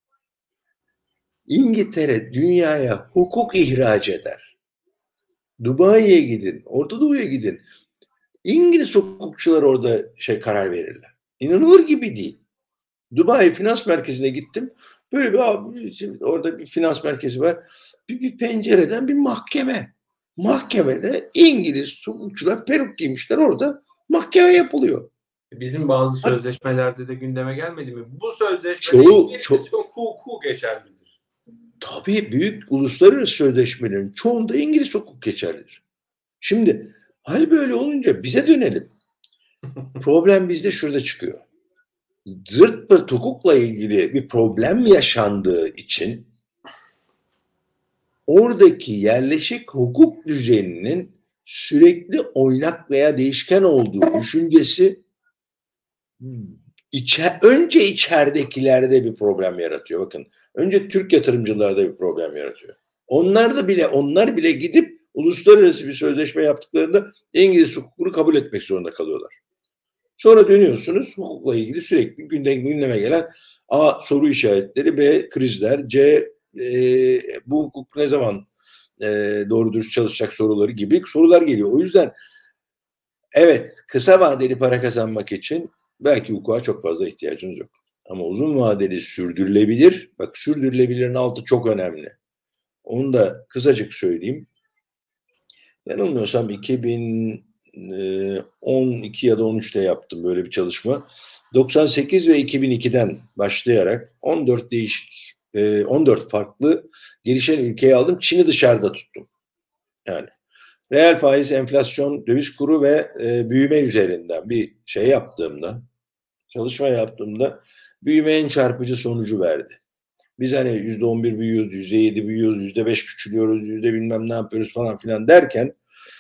İngiltere dünyaya hukuk ihraç eder. Dubai'ye gidin, Orta Doğu'ya gidin. İngiliz hukukçular orada karar verirler. İnanılır gibi değil. Dubai Finans Merkezi'ne gittim. Böyle orada bir finans merkezi var. Bir pencereden bir mahkeme. Mahkemede İngiliz hukukçular peruk giymişler, orada mahkeme yapılıyor. Bizim bazı sözleşmelerde de gündeme gelmedi mi? Bu sözleşmede İngiliz hukuku geçerlidir. Tabii büyük uluslararası sözleşmelerin çoğunda İngiliz hukuk geçerlidir. Şimdi hal böyle olunca bize dönelim. Problem bizde şurada çıkıyor. Zırt pırt hukukla ilgili bir problem yaşandığı için oradaki yerleşik hukuk düzeninin sürekli oynak veya değişken olduğu düşüncesi önce içeridekilerde bir problem yaratıyor. Bakın, önce Türk yatırımcılarda bir problem yaratıyor. Onlar bile gidip uluslararası bir sözleşme yaptıklarında İngiliz hukukunu kabul etmek zorunda kalıyorlar. Sonra dönüyorsunuz, hukukla ilgili sürekli gündeme gelen A. soru işaretleri, B. krizler, C. Bu hukuk ne zaman doğru dürüst çalışacak soruları gibi sorular geliyor. O yüzden evet, kısa vadeli para kazanmak için belki hukuka çok fazla ihtiyacınız yok. Ama uzun vadeli sürdürülebilir, bak sürdürülebilirin altı çok önemli. Onu da kısacık söyleyeyim. Yanılmıyorsam 2012 ya da 13'te yaptım böyle bir çalışma. 98 ve 2002'den başlayarak 14 farklı gelişen ülkeyi aldım. Çin'i dışarıda tuttum. Yani reel faiz, enflasyon, döviz kuru ve büyüme üzerinden bir çalışma yaptığımda büyüme en çarpıcı sonucu verdi. Biz hani %11 büyüyoruz, %7 büyüyoruz, %5 küçülüyoruz, bilmem ne yapıyoruz falan filan derken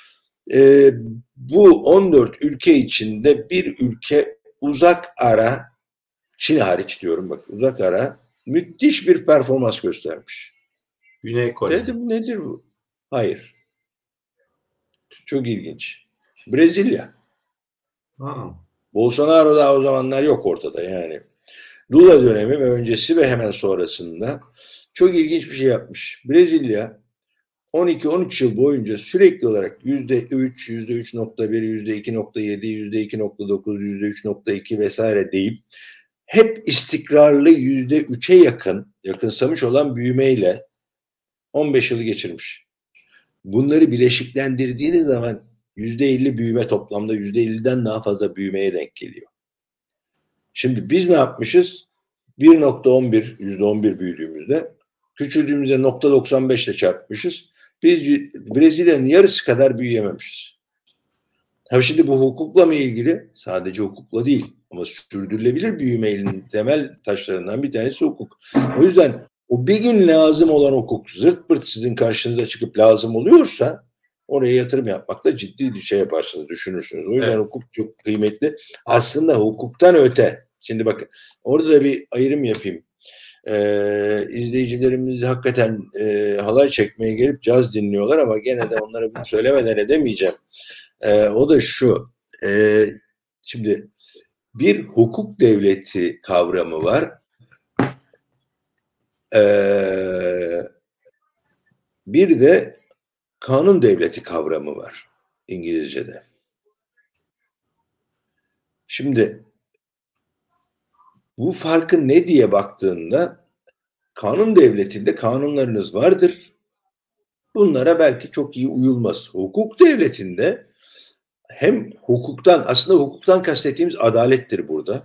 bu 14 ülke içinde bir ülke uzak ara, Çin hariç diyorum bak, uzak ara müthiş bir performans göstermiş. Güney Kore. Dedim nedir bu? Hayır. Çok ilginç. Brezilya. Bolsonaro daha o zamanlar yok ortada yani. Lula dönemi ve öncesi ve hemen sonrasında çok ilginç bir şey yapmış. Brezilya 12-13 yıl boyunca sürekli olarak %3, %3.1, %2.7, %2.9, %3.2 vesaire deyip hep istikrarlı %3'e yakınsamış olan büyümeyle 15 yılı geçirmiş. Bunları bileşiklendirdiğiniz zaman %50 büyüme, toplamda %50'den daha fazla büyümeye denk geliyor. Şimdi biz ne yapmışız? 1.11, %11 büyüdüğümüzde, küçüldüğümüzde 0.95 ile çarpmışız. Biz Brezilya'nın yarısı kadar büyüyememişiz. Şimdi bu hukukla mı ilgili? Sadece hukukla değil. Ama sürdürülebilir büyümenin temel taşlarından bir tanesi hukuk. O yüzden o bir gün lazım olan hukuk zırt pırt sizin karşınıza çıkıp lazım oluyorsa oraya yatırım yapmakta ciddi bir şey yaparsınız, düşünürsünüz. O yüzden hukuk çok kıymetli. Aslında hukuktan öte. Şimdi bakın, orada da bir ayrım yapayım. İzleyicilerimiz hakikaten halay çekmeye gelip caz dinliyorlar ama gene de onlara bunu söylemeden edemeyeceğim. O da şu. Şimdi Bir hukuk devleti kavramı var. Bir de kanun devleti kavramı var İngilizce'de. Şimdi bu farkı ne diye baktığında kanun devletinde kanunlarınız vardır. Bunlara belki çok iyi uyulmaz. Hukuk devletinde hem hukuktan, aslında hukuktan kastettiğimiz adalettir burada.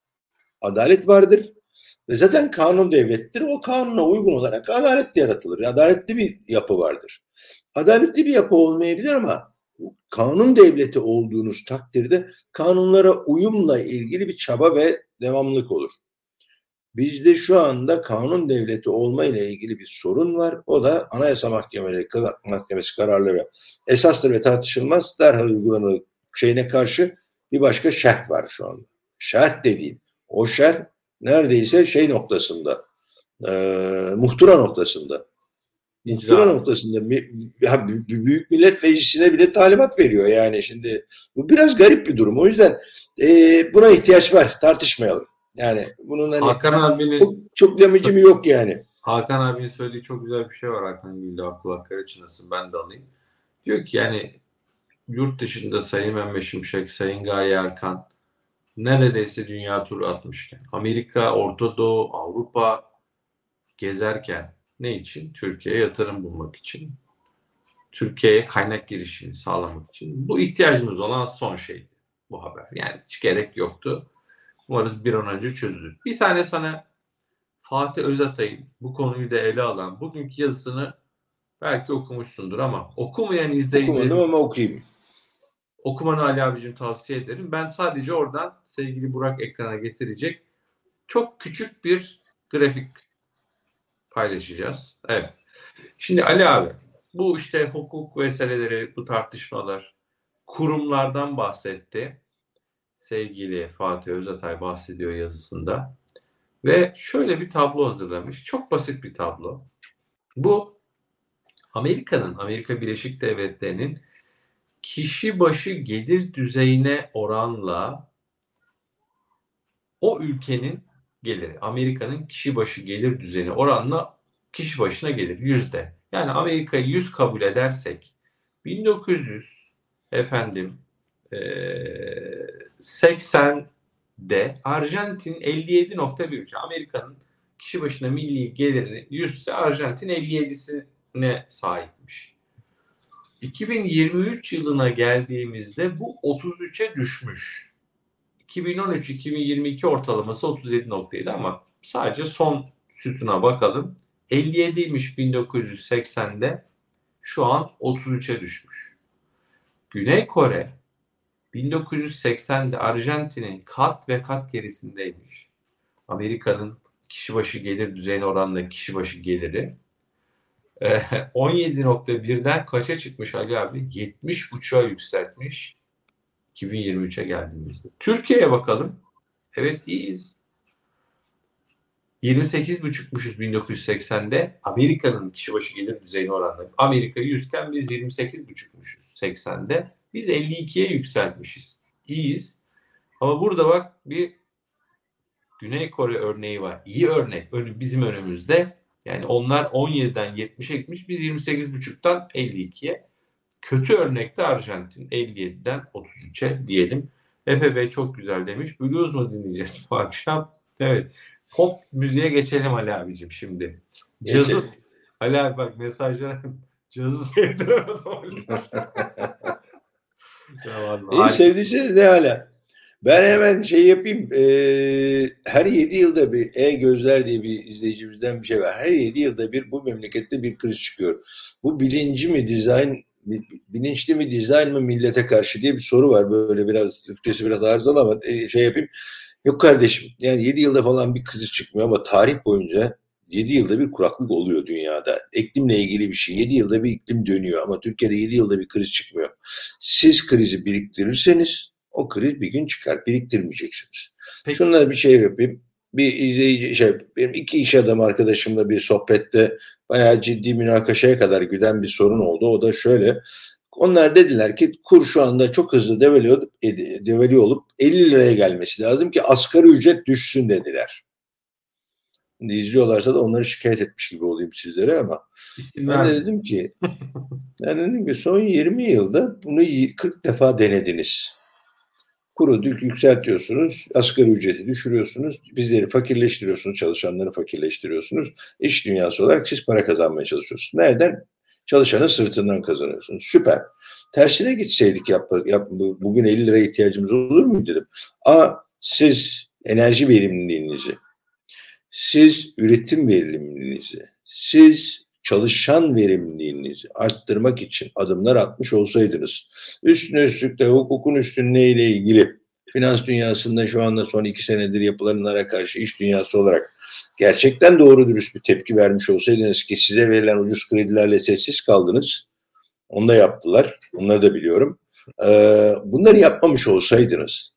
Adalet vardır ve zaten kanun devlettir. O kanuna uygun olarak adalet yaratılır. Adaletli bir yapı vardır. Adaletli bir yapı olmayabilir ama kanun devleti olduğunuz takdirde kanunlara uyumla ilgili bir çaba ve devamlılık olur. Bizde şu anda kanun devleti olma ile ilgili bir sorun var. O da Anayasa Mahkemesi kararları esastır ve tartışılmaz. Derhal uygulanır şeyine karşı bir başka şerh var şu anda. Şerh dediğim, o şerh neredeyse şey noktasında, muhtıra noktasında. Muhtıra noktasında Büyük Millet Meclisi'ne bile talimat veriyor yani şimdi. Bu biraz garip bir durum. O yüzden buna ihtiyaç var. Tartışmayalım. Yani bunun hani Hakan abinin çok demecimi yok yani. Hakan abinin söylediği çok güzel bir şey var. Hakan Güldağ kulakları çınlasın, ben de alayım. Diyor ki yani yurt dışında Sayın Mehmet Şimşek, Sayın Gaye Erkan neredeyse dünya turu atmışken, Amerika, Orta Doğu, Avrupa gezerken ne için? Türkiye'ye yatırım bulmak için. Türkiye'ye kaynak girişini sağlamak için. Bu ihtiyacımız olan son şeydi bu haber. Yani hiç gerek yoktu. Umarız bir an önce çözülür. Bir tane sana Fatih Özatay'ın bu konuyu da ele alan bugünkü yazısını belki okumuşsundur ama okumayan izleyicilerin... Okumadım ama okuyayım. Okumanı Ali abicim tavsiye ederim. Ben sadece oradan sevgili Burak ekrana getirecek çok küçük bir grafik paylaşacağız. Evet. Şimdi Ali abi, bu işte hukuk meseleleri, bu tartışmalar, kurumlardan bahsetti. Sevgili Fatih Özatay bahsediyor yazısında. Ve şöyle bir tablo hazırlamış. Çok basit bir tablo. Bu Amerika Birleşik Devletleri'nin kişi başı gelir düzeyine oranla o ülkenin geliri, Amerika'nın kişi başı gelir düzeyine oranla kişi başına gelir yüzde. Yani Amerika'yı 100 kabul edersek 1980'de Arjantin 57.1. Amerika'nın kişi başına milli geliri 100 ise Arjantin 57'sine sahipmiş. 2023 yılına geldiğimizde bu 33'e düşmüş. 2013-2022 ortalaması 37.7 ama sadece son sütuna bakalım. 57'ymiş 1980'de, şu an 33'e düşmüş. Güney Kore 1980'de Arjantin'in kat ve kat gerisindeymiş. Amerika'nın kişi başı gelir düzeyine oranla kişi başı geliri 17.1'den kaça çıkmış Ali abi? 70.5'a yükseltmiş 2023'e geldiğimizde. Türkiye'ye bakalım. Evet, iyiyiz. 28.5'muşuz 1980'de. Amerika'nın kişi başı gelir düzeyine oranla. Amerika 100 iken biz 28.5'muşuz 80'de. Biz 52'ye yükseltmişiz. İyiyiz. Ama burada bak bir Güney Kore örneği var. İyi örnek. Bizim önümüzde. Yani onlar 17'den 70'e gitmiş. Biz 28.5'tan 52'ye. Kötü örnekte Arjantin 57'den 33'e diyelim. Efe Bey çok güzel demiş. Blues mu dinleyeceğiz bu akşam? Evet. Pop müziğe geçelim Ali abicim şimdi. Cazı. Ali abi bak mesajlar. Cazı sevdiremedim. İyi sevdiyseniz ne hala. Ben hemen şey yapayım. Her 7 yılda bir E-Gözler diye bir izleyicimizden bir şey var. Her 7 yılda bir bu memlekette bir kriz çıkıyor. Bu bilinçli mi dizayn mı millete karşı diye bir soru var. Böyle biraz Türkçesi biraz arızalı ama şey yapayım. Yok kardeşim, yani 7 yılda falan bir kriz çıkmıyor ama tarih boyunca 7 yılda bir kuraklık oluyor dünyada. İklimle ilgili bir şey. 7 yılda bir iklim dönüyor ama Türkiye'de 7 yılda bir kriz çıkmıyor. Siz krizi biriktirirseniz o kriz bir gün çıkar. Biriktirmeyeceksiniz. Peki. Şunlara bir şey yapayım. Bir izleyici benim 2 iş adamı arkadaşımla bir sohbette bayağı ciddi münakaşaya kadar giden bir sorun oldu. O da şöyle: Onlar dediler ki kur şu anda çok hızlı devalüe olup 50 liraya gelmesi lazım ki asgari ücret düşsün dediler. Şimdi izliyorlarsa da onları şikayet etmiş gibi olayım sizlere ama İsim ben de vermeyin. dedim ki son 20 yılda bunu 40 defa denediniz. Kuru yükseltiyorsunuz, asgari ücreti düşürüyorsunuz, bizleri fakirleştiriyorsunuz, çalışanları fakirleştiriyorsunuz. İş dünyası olarak siz para kazanmaya çalışıyorsunuz. Nereden? Çalışanın sırtından kazanıyorsunuz. Süper. Tersine gitseydik bugün 50 liraya ihtiyacımız olur mu dedim. Siz enerji verimliliğinizi, siz üretim verimliliğinizi, siz çalışan verimliliğinizi arttırmak için adımlar atmış olsaydınız, üstüne üstlük de hukukun üstünlüğüyle ilgili finans dünyasında şu anda son 2 senedir yapılanlara karşı iş dünyası olarak gerçekten doğru dürüst bir tepki vermiş olsaydınız ki size verilen ucuz kredilerle sessiz kaldınız. Onu da yaptılar. Onları da biliyorum. Bunları yapmamış olsaydınız,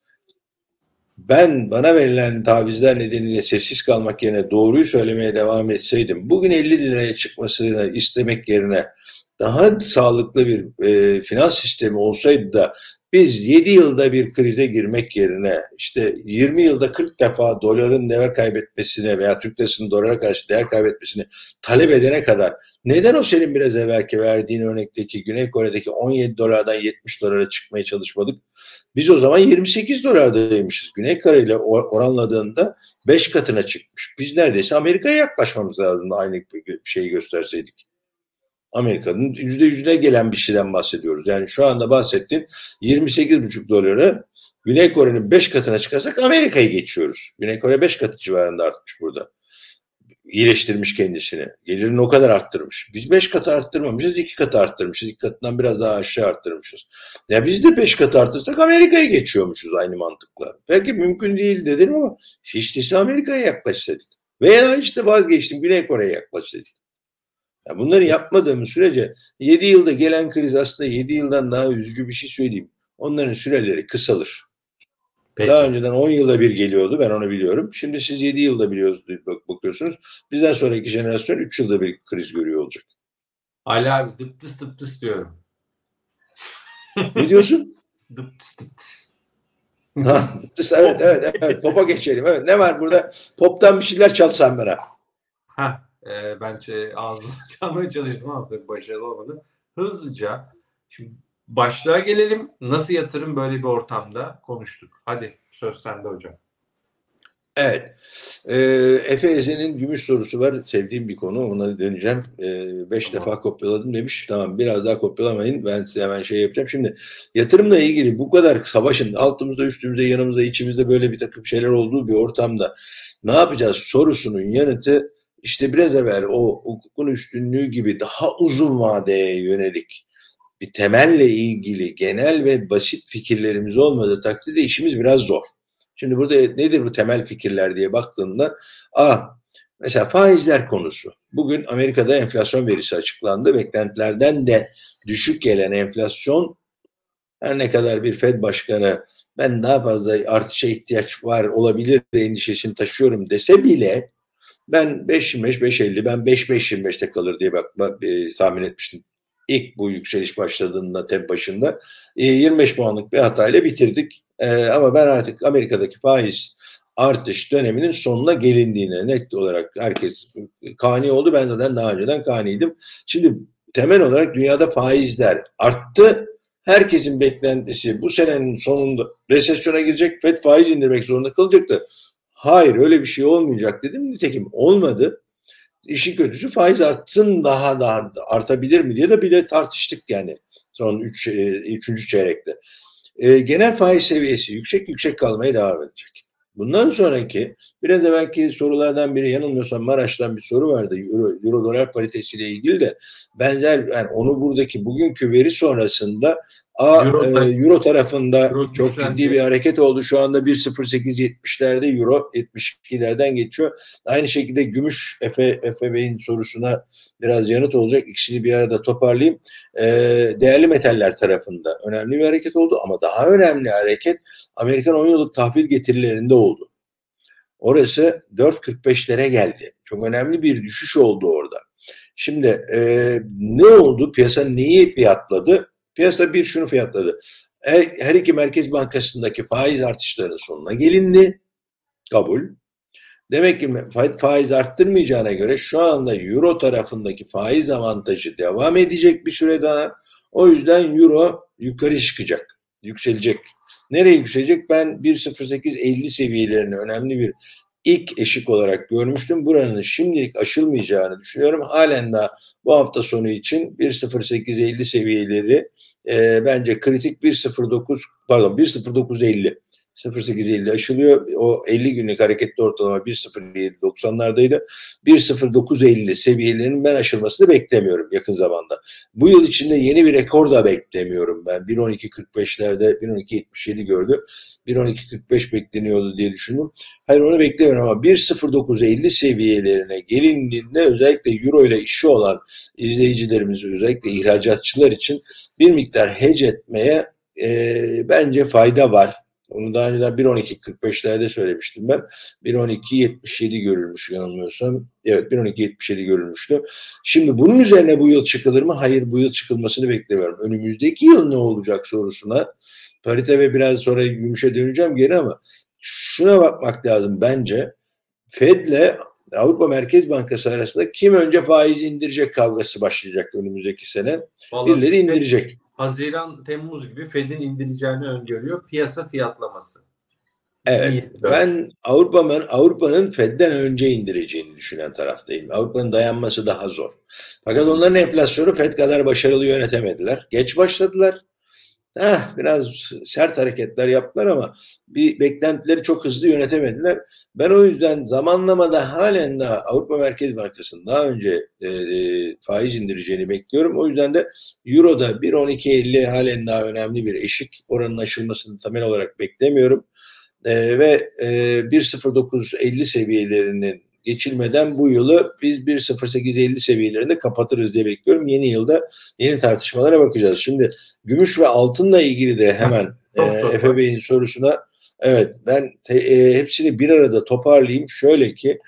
bana verilen tavizler nedeniyle sessiz kalmak yerine doğruyu söylemeye devam etseydim, bugün 50 liraya çıkmasını istemek yerine daha sağlıklı bir finans sistemi olsaydı da biz 7 yılda bir krize girmek yerine işte 20 yılda 40 defa doların değer kaybetmesine veya Türk lirasının dolara karşı değer kaybetmesini talep edene kadar neden o senin biraz evvelki verdiğin örnekteki Güney Kore'deki 17 dolardan 70 dolara çıkmaya çalışmadık? Biz o zaman 28 dolardaymışız. Güney Kore ile oranladığında 5 katına çıkmış. Biz neredeyse Amerika'ya yaklaşmamız lazım aynı şeyi gösterseydik. Amerika'nın %100'üne gelen bir şeyden bahsediyoruz. Yani şu anda bahsettiğim 28,5 dolara Güney Kore'nin 5 katına çıkarsak Amerika'yı geçiyoruz. Güney Kore 5 katı civarında artmış burada. İyileştirmiş kendisini. Gelirini o kadar arttırmış. Biz 5 katı arttırmamışız, 2 katı arttırmışız. 2 katından biraz daha aşağı arttırmışız. Ya biz de 5 katı arttırsak Amerika'yı geçiyormuşuz aynı mantıkla. Belki mümkün değil dedim ama hiç değilse Amerika'ya yaklaşsaydık. Veya işte vazgeçtim Güney Kore'ye yaklaşsaydık. Ya bunları yapmadığımız sürece 7 yılda gelen kriz aslında 7 yıldan daha üzücü bir şey söyleyeyim. Onların süreleri kısalır. Peki. Daha önceden 10 yılda bir geliyordu, ben onu biliyorum. Şimdi siz 7 yılda bakıyorsunuz. Bizden sonraki jenerasyon 3 yılda bir kriz görüyor olacak. Ali abi dıptıs dıptıs diyorum. Ne diyorsun? Dıptıs dıptıs. Evet. Pop'a geçelim. Evet, ne var burada? Pop'tan bir şeyler çalsan bana. Ben ağzımı çalmaya çalıştım ama tabii başarılı olmadı. Hızlıca şimdi başlığa gelelim. Nasıl yatırım böyle bir ortamda konuştuk. Hadi söz sende hocam. Evet. Efe Eze'nin gümüş sorusu var. Sevdiğim bir konu. Ona döneceğim. 5 defa kopyaladım demiş. Tamam, biraz daha kopyalamayın. Ben size hemen şey yapacağım. Şimdi yatırımla ilgili bu kadar savaşın altımızda, üstümüzde, yanımızda, içimizde böyle bir takım şeyler olduğu bir ortamda ne yapacağız sorusunun yanıtı işte biraz evvel o hukukun üstünlüğü gibi daha uzun vadeye yönelik bir temelle ilgili genel ve basit fikirlerimiz olmadığı takdirde işimiz biraz zor. Şimdi burada nedir bu temel fikirler diye baktığında mesela faizler konusu. Bugün Amerika'da enflasyon verisi açıklandı. Beklentilerden de düşük gelen enflasyon, her ne kadar bir Fed başkanı ben daha fazla artışa ihtiyaç var olabilir endişesini taşıyorum dese bile ben 5.25, 5.50, ben 5.25'te kalır diye tahmin etmiştim. İlk bu yükseliş başladığında tek başında 25 puanlık bir hatayla bitirdik. Ama ben artık Amerika'daki faiz artış döneminin sonuna gelindiğine net olarak herkes kani oldu. Ben zaten daha önceden kaniydim. Şimdi temel olarak dünyada faizler arttı. Herkesin beklentisi bu senenin sonunda resesyona girecek, Fed faiz indirmek zorunda kalacaktı. Hayır, öyle bir şey olmayacak dedim. Nitekim olmadı. İşin kötüsü faiz artsın, daha artabilir mi diye de bile tartıştık yani son 3. çeyrekte. Genel faiz seviyesi yüksek kalmaya devam edecek. Bundan sonraki biraz evvelki sorulardan biri, yanılmıyorsam Maraş'tan bir soru vardı. Euro dolar paritesiyle ilgili de benzer, yani onu buradaki bugünkü veri sonrasında Euro tarafında çok ciddi bir hareket oldu. Şu anda 1.0870'lerde Euro, 72'lerden geçiyor. Aynı şekilde gümüş, Efe Bey'in sorusuna biraz yanıt olacak. İkisini bir arada toparlayayım. Değerli metaller tarafında önemli bir hareket oldu ama daha önemli hareket Amerikan 10 yıllık tahvil getirilerinde oldu. Orası 4.45'lere geldi. Çok önemli bir düşüş oldu orada. Şimdi ne oldu? Piyasa neyi fiyatladı? Piyasa bir şunu fiyatladı. Her iki merkez bankasındaki faiz artışlarının sonuna gelindi. Kabul. Demek ki faiz arttırmayacağına göre şu anda euro tarafındaki faiz avantajı devam edecek bir süre daha. O yüzden euro yukarı çıkacak, yükselecek. Nereye yükselecek? Ben 1.0850 seviyelerini önemli bir ilk eşik olarak görmüştüm. Buranın şimdilik aşılmayacağını düşünüyorum. Halen daha bu hafta sonu için 1.0850 seviyeleri bence kritik. 1.0950 0.850 aşılıyor. O 50 günlük hareketli ortalama 1.0790'lardaydı. 1.0950 seviyelerinin ben aşılmasını beklemiyorum yakın zamanda. Bu yıl içinde yeni bir rekor da beklemiyorum ben. 1.12.45'lerde 1.12.77 gördü. 1.12.45 bekleniyordu diye düşündüm. Hayır, onu beklemiyorum ama 1.0950 seviyelerine gelindiğinde özellikle euro ile işi olan izleyicilerimiz, özellikle ihracatçılar için bir miktar hedge etmeye bence fayda var. Onu daha önceden 1.12.45'lerde söylemiştim ben. 1.12.77 görülmüş yanılmıyorsam. Evet, 1.12.77 görülmüştü. Şimdi bunun üzerine bu yıl çıkılır mı? Hayır, bu yıl çıkılmasını beklemiyorum. Önümüzdeki yıl ne olacak sorusuna parite ve biraz sonra gümüşe döneceğim geri ama şuna bakmak lazım bence. Fed'le Avrupa Merkez Bankası arasında kim önce faiz indirecek kavgası başlayacak önümüzdeki sene. Vallahi Birileri indirecek. Haziran, Temmuz gibi Fed'in indireceğini öngörüyor. Piyasa fiyatlaması. Evet. 2024. Ben Avrupa'nın Fed'den önce indireceğini düşünen taraftayım. Avrupa'nın dayanması daha zor. Fakat onların enflasyonu Fed kadar başarılı yönetemediler. Geç başladılar. Biraz sert hareketler yaptılar ama bir beklentileri çok hızlı yönetemediler. Ben o yüzden zamanlamada halen daha Avrupa Merkez Bankası'nın daha önce faiz indireceğini bekliyorum. O yüzden de Euro'da 1.12.50 halen daha önemli bir eşik. Oranın aşılmasını temel olarak beklemiyorum. Ve 1.0950 seviyelerinin geçilmeden bu yılı biz 1.0850 seviyelerinde kapatırız diye bekliyorum. Yeni yılda yeni tartışmalara bakacağız. Şimdi gümüş ve altınla ilgili de hemen Efe Bey'in sorusuna ben hepsini bir arada toparlayayım. Şöyle ki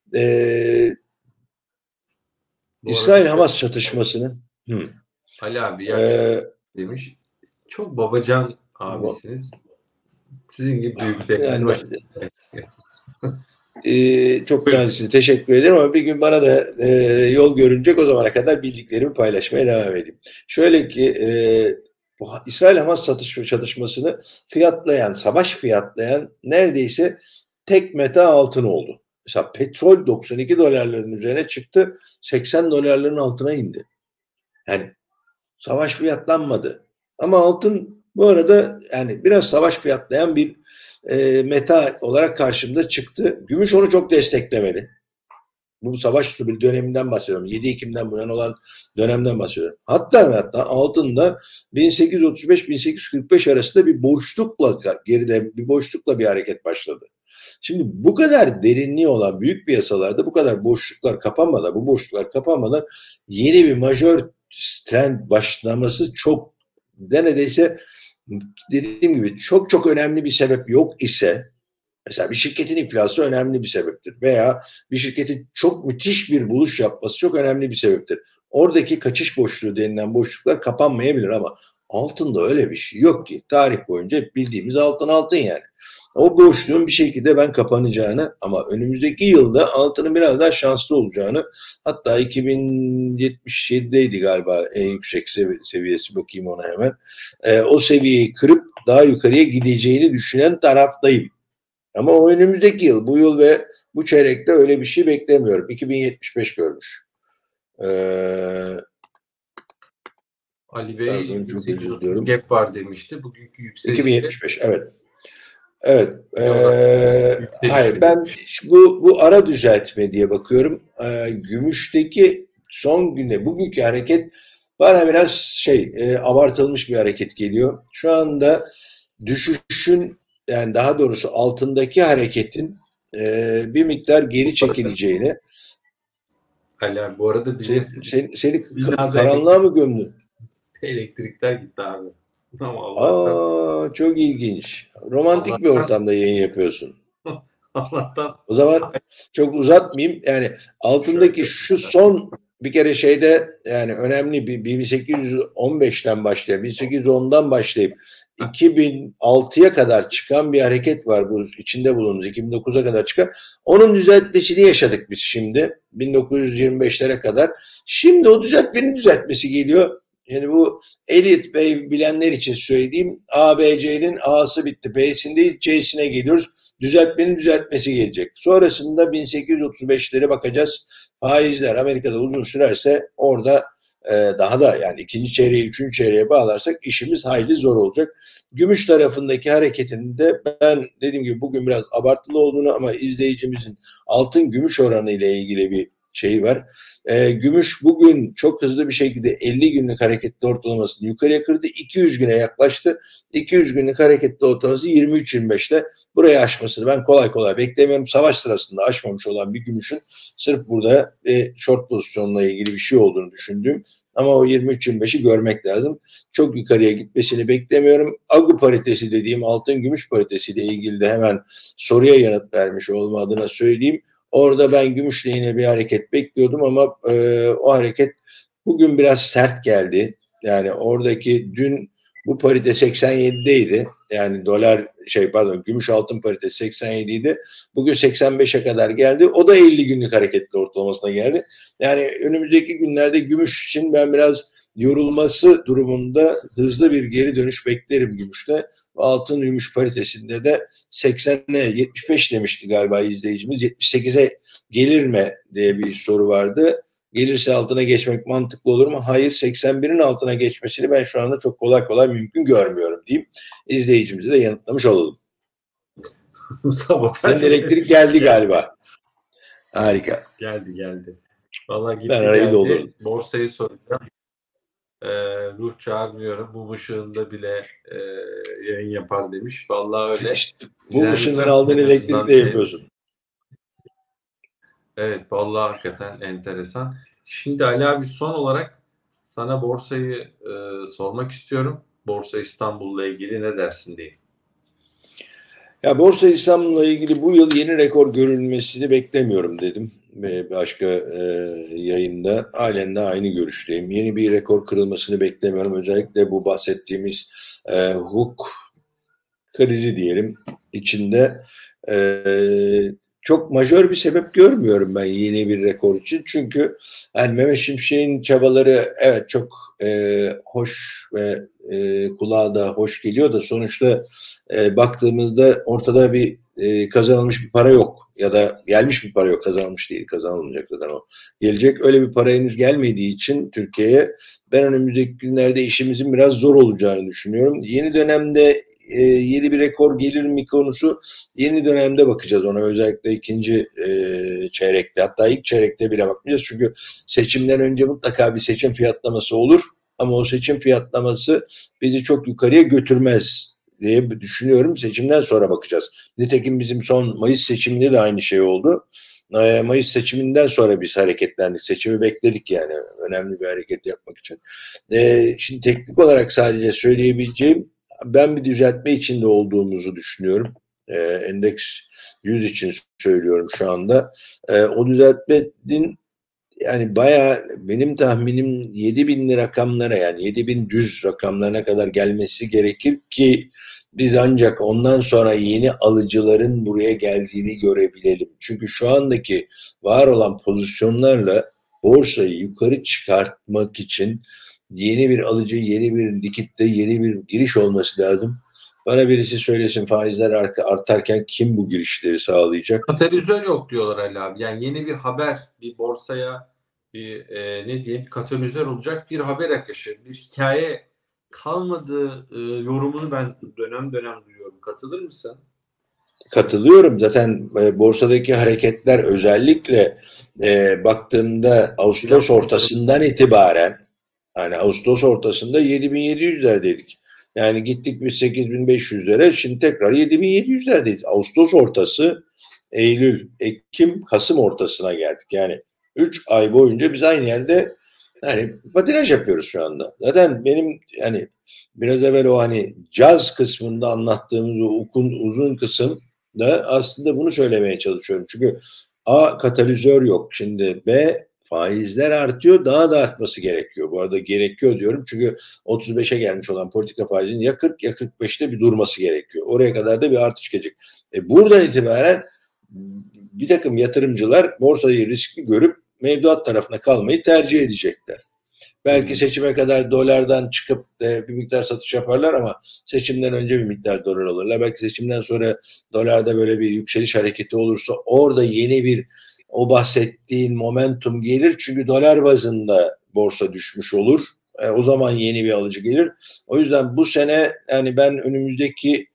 İsrail-Hamas çatışmasını Ali abi demiş. Çok babacan abisiniz. Sizin gibi büyükler. Çok nazisiniz. Teşekkür ederim ama bir gün bana da yol görünecek, o zamana kadar bildiklerimi paylaşmaya devam edeyim. Şöyle ki bu İsrail-Hamas çatışmasını savaş fiyatlayan neredeyse tek meta altın oldu. Mesela petrol 92 dolarların üzerine çıktı, 80 dolarların altına indi. Yani savaş fiyatlanmadı. Ama altın bu arada yani biraz savaş fiyatlayan bir meta olarak karşımda çıktı. Gümüş onu çok desteklemedi. Bu savaş döneminden bahsediyorum. 7 Ekim'den bu yana olan dönemden bahsediyorum. Hatta altında 1835-1845 arasında bir boşlukla bir hareket başladı. Şimdi bu kadar derinliği olan büyük piyasalarda bu kadar bu boşluklar kapanmadan yeni bir majör trend başlaması çok neredeyse dediğim gibi çok önemli bir sebep yok ise, mesela bir şirketin iflası önemli bir sebeptir veya bir şirketin çok müthiş bir buluş yapması çok önemli bir sebeptir. Oradaki kaçış boşluğu denilen boşluklar kapanmayabilir ama altında öyle bir şey yok ki. Tarih boyunca hep bildiğimiz altın yani. O boşluğun bir şekilde ben kapanacağını ama önümüzdeki yılda altının biraz daha şanslı olacağını, hatta 2077'deydi galiba en yüksek seviyesi, bakayım ona hemen. O seviyeyi kırıp daha yukarıya gideceğini düşünen taraftayım. Ama o önümüzdeki yıl, bu yıl ve bu çeyrekte öyle bir şey beklemiyorum. 2075 görmüş. Ali Bey 830 gap var demişti. Bugünkü yükselişte 2075 evet. Hayır, ben bu ara düzeltme diye bakıyorum. Gümüşteki son günde bugünkü hareket bana biraz abartılmış bir hareket geliyor. Şu anda düşüşün, yani daha doğrusu altındaki hareketin bir miktar geri çekileceğini. Ali abi, bu arada Seni karanlığa mı gömdü? Elektrikler gitti abi. Çok ilginç. Romantik bir ortamda yayın yapıyorsun. Allah'tan. O zaman çok uzatmayayım. Yani altındaki şu son bir kere şeyde yani önemli 1815'ten başlayıp 1810'dan başlayıp 2006'ya kadar çıkan bir hareket var bu içinde bulunduğumuz 2009'a kadar çıkan. Onun düzeltmesini yaşadık biz şimdi 1925'lere kadar. Şimdi o düzeltmesi geliyor. Yani bu elit Bey bilenler için söyleyeyim. ABC'nin A'sı bitti. B'sindeyiz. C'sine geliyoruz. Düzeltmesi gelecek. Sonrasında 1835'lere bakacağız. Faizler Amerika'da uzun sürerse orada daha da yani ikinci çeyreğe, üçüncü çeyreğe bağlarsak işimiz hayli zor olacak. Gümüş tarafındaki hareketinde ben dediğim gibi bugün biraz abartılı olduğunu ama izleyicimizin altın gümüş oranı ile ilgili bir şey var. Gümüş bugün çok hızlı bir şekilde 50 günlük hareketli ortalamasını yukarıya kırdı. 200 güne yaklaştı. 200 günlük hareketli ortalaması 23-25'le burayı aşmasını ben kolay kolay beklemiyorum. Savaş sırasında aşmamış olan bir gümüşün sırf burada short pozisyonla ilgili bir şey olduğunu düşündüğüm ama o 23-25'i görmek lazım. Çok yukarıya gitmesini beklemiyorum. Agu paritesi dediğim altın gümüş paritesiyle ilgili de hemen soruya yanıt vermiş olma adına söyleyeyim. Orada ben gümüşle yine bir hareket bekliyordum ama o hareket bugün biraz sert geldi. Yani oradaki dün bu parite 87'deydi. Yani gümüş altın paritesi 87 idi. Bugün 85'e kadar geldi. O da 50 günlük hareketli ortalamasına geldi. Yani önümüzdeki günlerde gümüş için ben biraz yorulması durumunda hızlı bir geri dönüş beklerim gümüşte. Altın gümüş paritesinde de 80'e 75 demişti galiba izleyicimiz. 78'e gelir mi diye bir soru vardı. Gelirse altına geçmek mantıklı olur mu? Hayır, 81'in altına geçmesini ben şu anda çok kolay kolay mümkün görmüyorum diyeyim. İzleyicimizi de yanıtlamış olalım. Sabotaj. Elektrik geldi galiba. Harika. Geldi. Vallahi gitti Ben arayı geldi. doldurdum. Borsayı soracağım. Ruh çağırmıyorum. Mum ışığında bile yayın yapar demiş. Vallahi öyle. İşte, bu ışından aldığın elektrikle yapıyorsun. Evet, vallahi hakikaten enteresan. Şimdi Ali abi son olarak sana borsayı sormak istiyorum. Borsa İstanbul'la ilgili ne dersin diye. Ya Borsa İstanbul'la ilgili bu yıl yeni rekor görülmesini beklemiyorum dedim. Başka yayında halen de aynı görüşteyim. Yeni bir rekor kırılmasını beklemiyorum. Özellikle bu bahsettiğimiz hukuk krizi diyelim içinde çok majör bir sebep görmüyorum ben yeni bir rekor için. Çünkü yani Mehmet Şimşek'in çabaları evet çok hoş ve kulağa da hoş geliyor da sonuçta baktığımızda ortada bir kazanılmış bir para yok. Ya da gelmiş bir para yok. Kazanılmış değil. Kazanılmayacak zaten o. Gelecek öyle bir para henüz gelmediği için Türkiye'ye ben önümüzdeki günlerde işimizin biraz zor olacağını düşünüyorum. Yeni dönemde yeni bir rekor gelir mi konusu yeni dönemde bakacağız ona. Özellikle ikinci çeyrekte hatta ilk çeyrekte bile bakmayacağız. Çünkü seçimden önce mutlaka bir seçim fiyatlaması olur. Ama o seçim fiyatlaması bizi çok yukarıya götürmez diye düşünüyorum. Seçimden sonra bakacağız. Nitekim bizim son Mayıs seçiminde de aynı şey oldu. Mayıs seçiminden sonra biz hareketlendik. Seçimi bekledik yani önemli bir hareket yapmak için. Şimdi teknik olarak sadece söyleyebileceğim ben bir düzeltme içinde olduğumuzu düşünüyorum. Endeks 100 için söylüyorum şu anda. O düzeltmenin yani bayağı benim tahminim 7.000'li rakamlara yani 7.000 düz rakamlarına kadar gelmesi gerekir ki biz ancak ondan sonra yeni alıcıların buraya geldiğini görebilelim. Çünkü şu andaki var olan pozisyonlarla borsayı yukarı çıkartmak için yeni bir alıcı, yeni bir likitte, yeni bir giriş olması lazım. Bana birisi söylesin faizler artarken kim bu girişleri sağlayacak? Katalizör yok diyorlar Ali abi. Yani yeni bir haber, bir borsaya bir ne diyeyim katalizör olacak bir haber akışı, bir hikaye kalmadığı yorumunu ben dönem duyuyorum. Katılır mısın? Katılıyorum. Zaten borsadaki hareketler özellikle baktığımda Ağustos ortasından itibaren hani Ağustos ortasında 7.700'lerdeydik. Yani gittik biz 8.500'lere şimdi tekrar 7.700'lerdeyiz. Ağustos ortası, Eylül, Ekim, Kasım ortasına geldik. Yani 3 ay boyunca biz aynı yerde hani patinaj yapıyoruz şu anda. Zaten benim yani biraz evvel o hani caz kısmında anlattığımız o uzun kısım da aslında bunu söylemeye çalışıyorum. Çünkü A katalizör yok. Şimdi B faizler artıyor, daha da artması gerekiyor. Bu arada gerekiyor diyorum çünkü 35'e gelmiş olan politika faizinin ya 40 ya 45'te bir durması gerekiyor. Oraya kadar da bir artış gelecek. Buradan itibaren bir takım yatırımcılar borsayı riskli görüp mevduat tarafına kalmayı tercih edecekler. Belki seçime kadar dolardan çıkıp bir miktar satış yaparlar ama seçimden önce bir miktar dolar alırlar. Belki seçimden sonra dolarda böyle bir yükseliş hareketi olursa orada yeni bir o bahsettiğin momentum gelir. Çünkü dolar bazında borsa düşmüş olur. O zaman yeni bir alıcı gelir. O yüzden bu sene yani ben önümüzdeki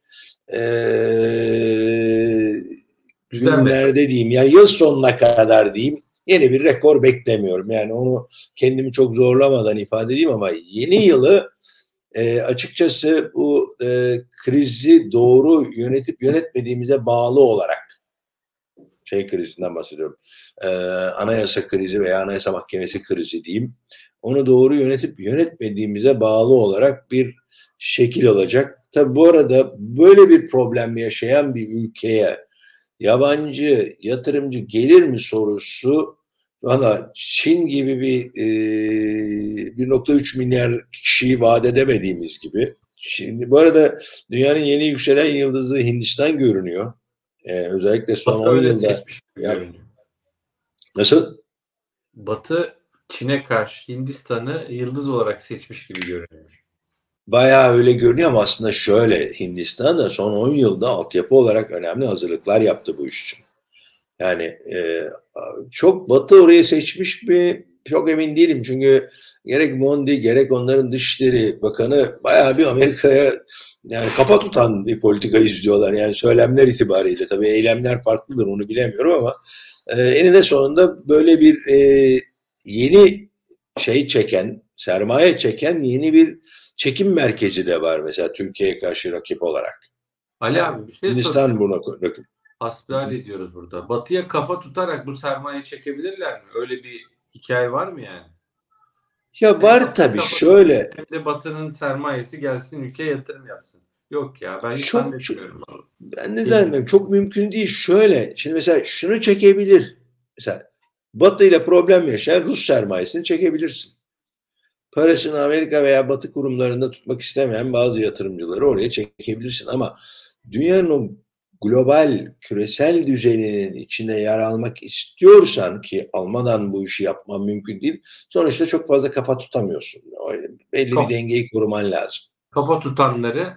günlerde diyeyim yani yıl sonuna kadar diyeyim yeni bir rekor beklemiyorum. Yani onu kendimi çok zorlamadan ifade edeyim ama yeni yılı açıkçası bu krizi doğru yönetip yönetmediğimize bağlı olarak krizinden bahsediyorum. Anayasa krizi veya Anayasa Mahkemesi krizi diyeyim. Onu doğru yönetip yönetmediğimize bağlı olarak bir şekil alacak. Tabi bu arada böyle bir problem yaşayan bir ülkeye yabancı yatırımcı gelir mi sorusu valla Çin gibi bir 1,3 milyar kişiyi vaat edemediğimiz gibi. Şimdi bu arada dünyanın yeni yükselen yıldızı Hindistan görünüyor. Özellikle son 10 yılda. Nasıl? Batı Çin'e karşı Hindistan'ı yıldız olarak seçmiş gibi görünüyor. Bayağı öyle görünüyor ama aslında şöyle Hindistan da son 10 yılda altyapı olarak önemli hazırlıklar yaptı bu iş için. Yani çok Batı orayı seçmiş mi çok emin değilim. Çünkü gerek Mondi gerek onların Dışişleri Bakanı bayağı bir Amerika'ya yani kafa tutan bir politika izliyorlar. Yani söylemler itibariyle tabii eylemler farklıdır onu bilemiyorum ama eninde sonunda böyle bir yeni sermaye çeken yeni bir çekim merkezi de var mesela Türkiye'ye karşı rakip olarak. Ali yani, abi bir şey Hindistan buna rakip. Hasbihal ediyoruz burada. Batı'ya kafa tutarak bu sermaye çekebilirler mi? Öyle bir hikaye var mı yani? Ya var tabii şöyle. Hem de Batı'nın sermayesi gelsin ülkeye yatırım yapsın. Yok ya ben hiç zannetmiyorum. Ben de zannetmiyorum. Çok mümkün değil. Şöyle. Şimdi mesela şunu çekebilir. Mesela Batı ile problem yaşayan Rus sermayesini çekebilirsin. Parasını Amerika veya Batı kurumlarında tutmak istemeyen bazı yatırımcıları oraya çekebilirsin. Ama dünyanın o global, küresel düzeninin içine yer almak istiyorsan ki almadan bu işi yapman mümkün değil. Sonuçta çok fazla kafa tutamıyorsun. Belli bir dengeyi koruman lazım. Kafa tutanları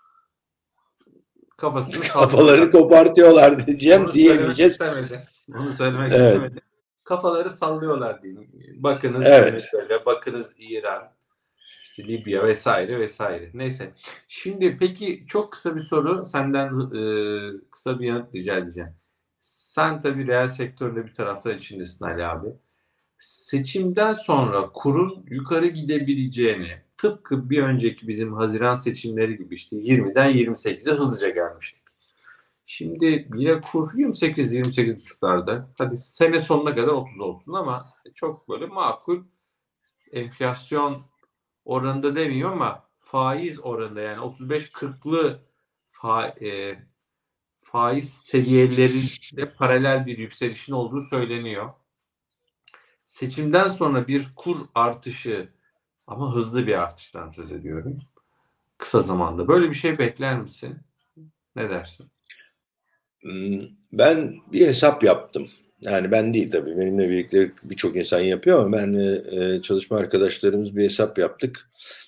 kafaları kopartıyorlar diyeceğim onu diyemeyeceğiz. Onu söylemek istemedim. Kafaları sallıyorlar diyeyim. Bakınız Venezuela, bakınız İran, işte Libya vesaire vesaire. Neyse. Şimdi peki çok kısa bir soru. Senden kısa bir yanıt rica edeceğim. Sen tabii reel sektöründe bir taraftan içindesin Ali abi. Seçimden sonra kurun yukarı gidebileceğini tıpkı bir önceki bizim Haziran seçimleri gibi işte 20'den 28'e hızlıca gelmiştik. Şimdi yine kur 28-28,5'larda. Hadi sene sonuna kadar 30 olsun ama çok böyle makul enflasyon oranında demiyor ama faiz oranında yani 35-40'lı faiz seviyelerinde paralel bir yükselişin olduğu söyleniyor. Seçimden sonra bir kur artışı ama hızlı bir artıştan söz ediyorum. Kısa zamanda. Böyle bir şey bekler misin? Ne dersin? Ben bir hesap yaptım. Yani ben değil tabii. Benimle birlikte birçok insan yapıyor ama ben çalışma arkadaşlarımız bir hesap yaptık.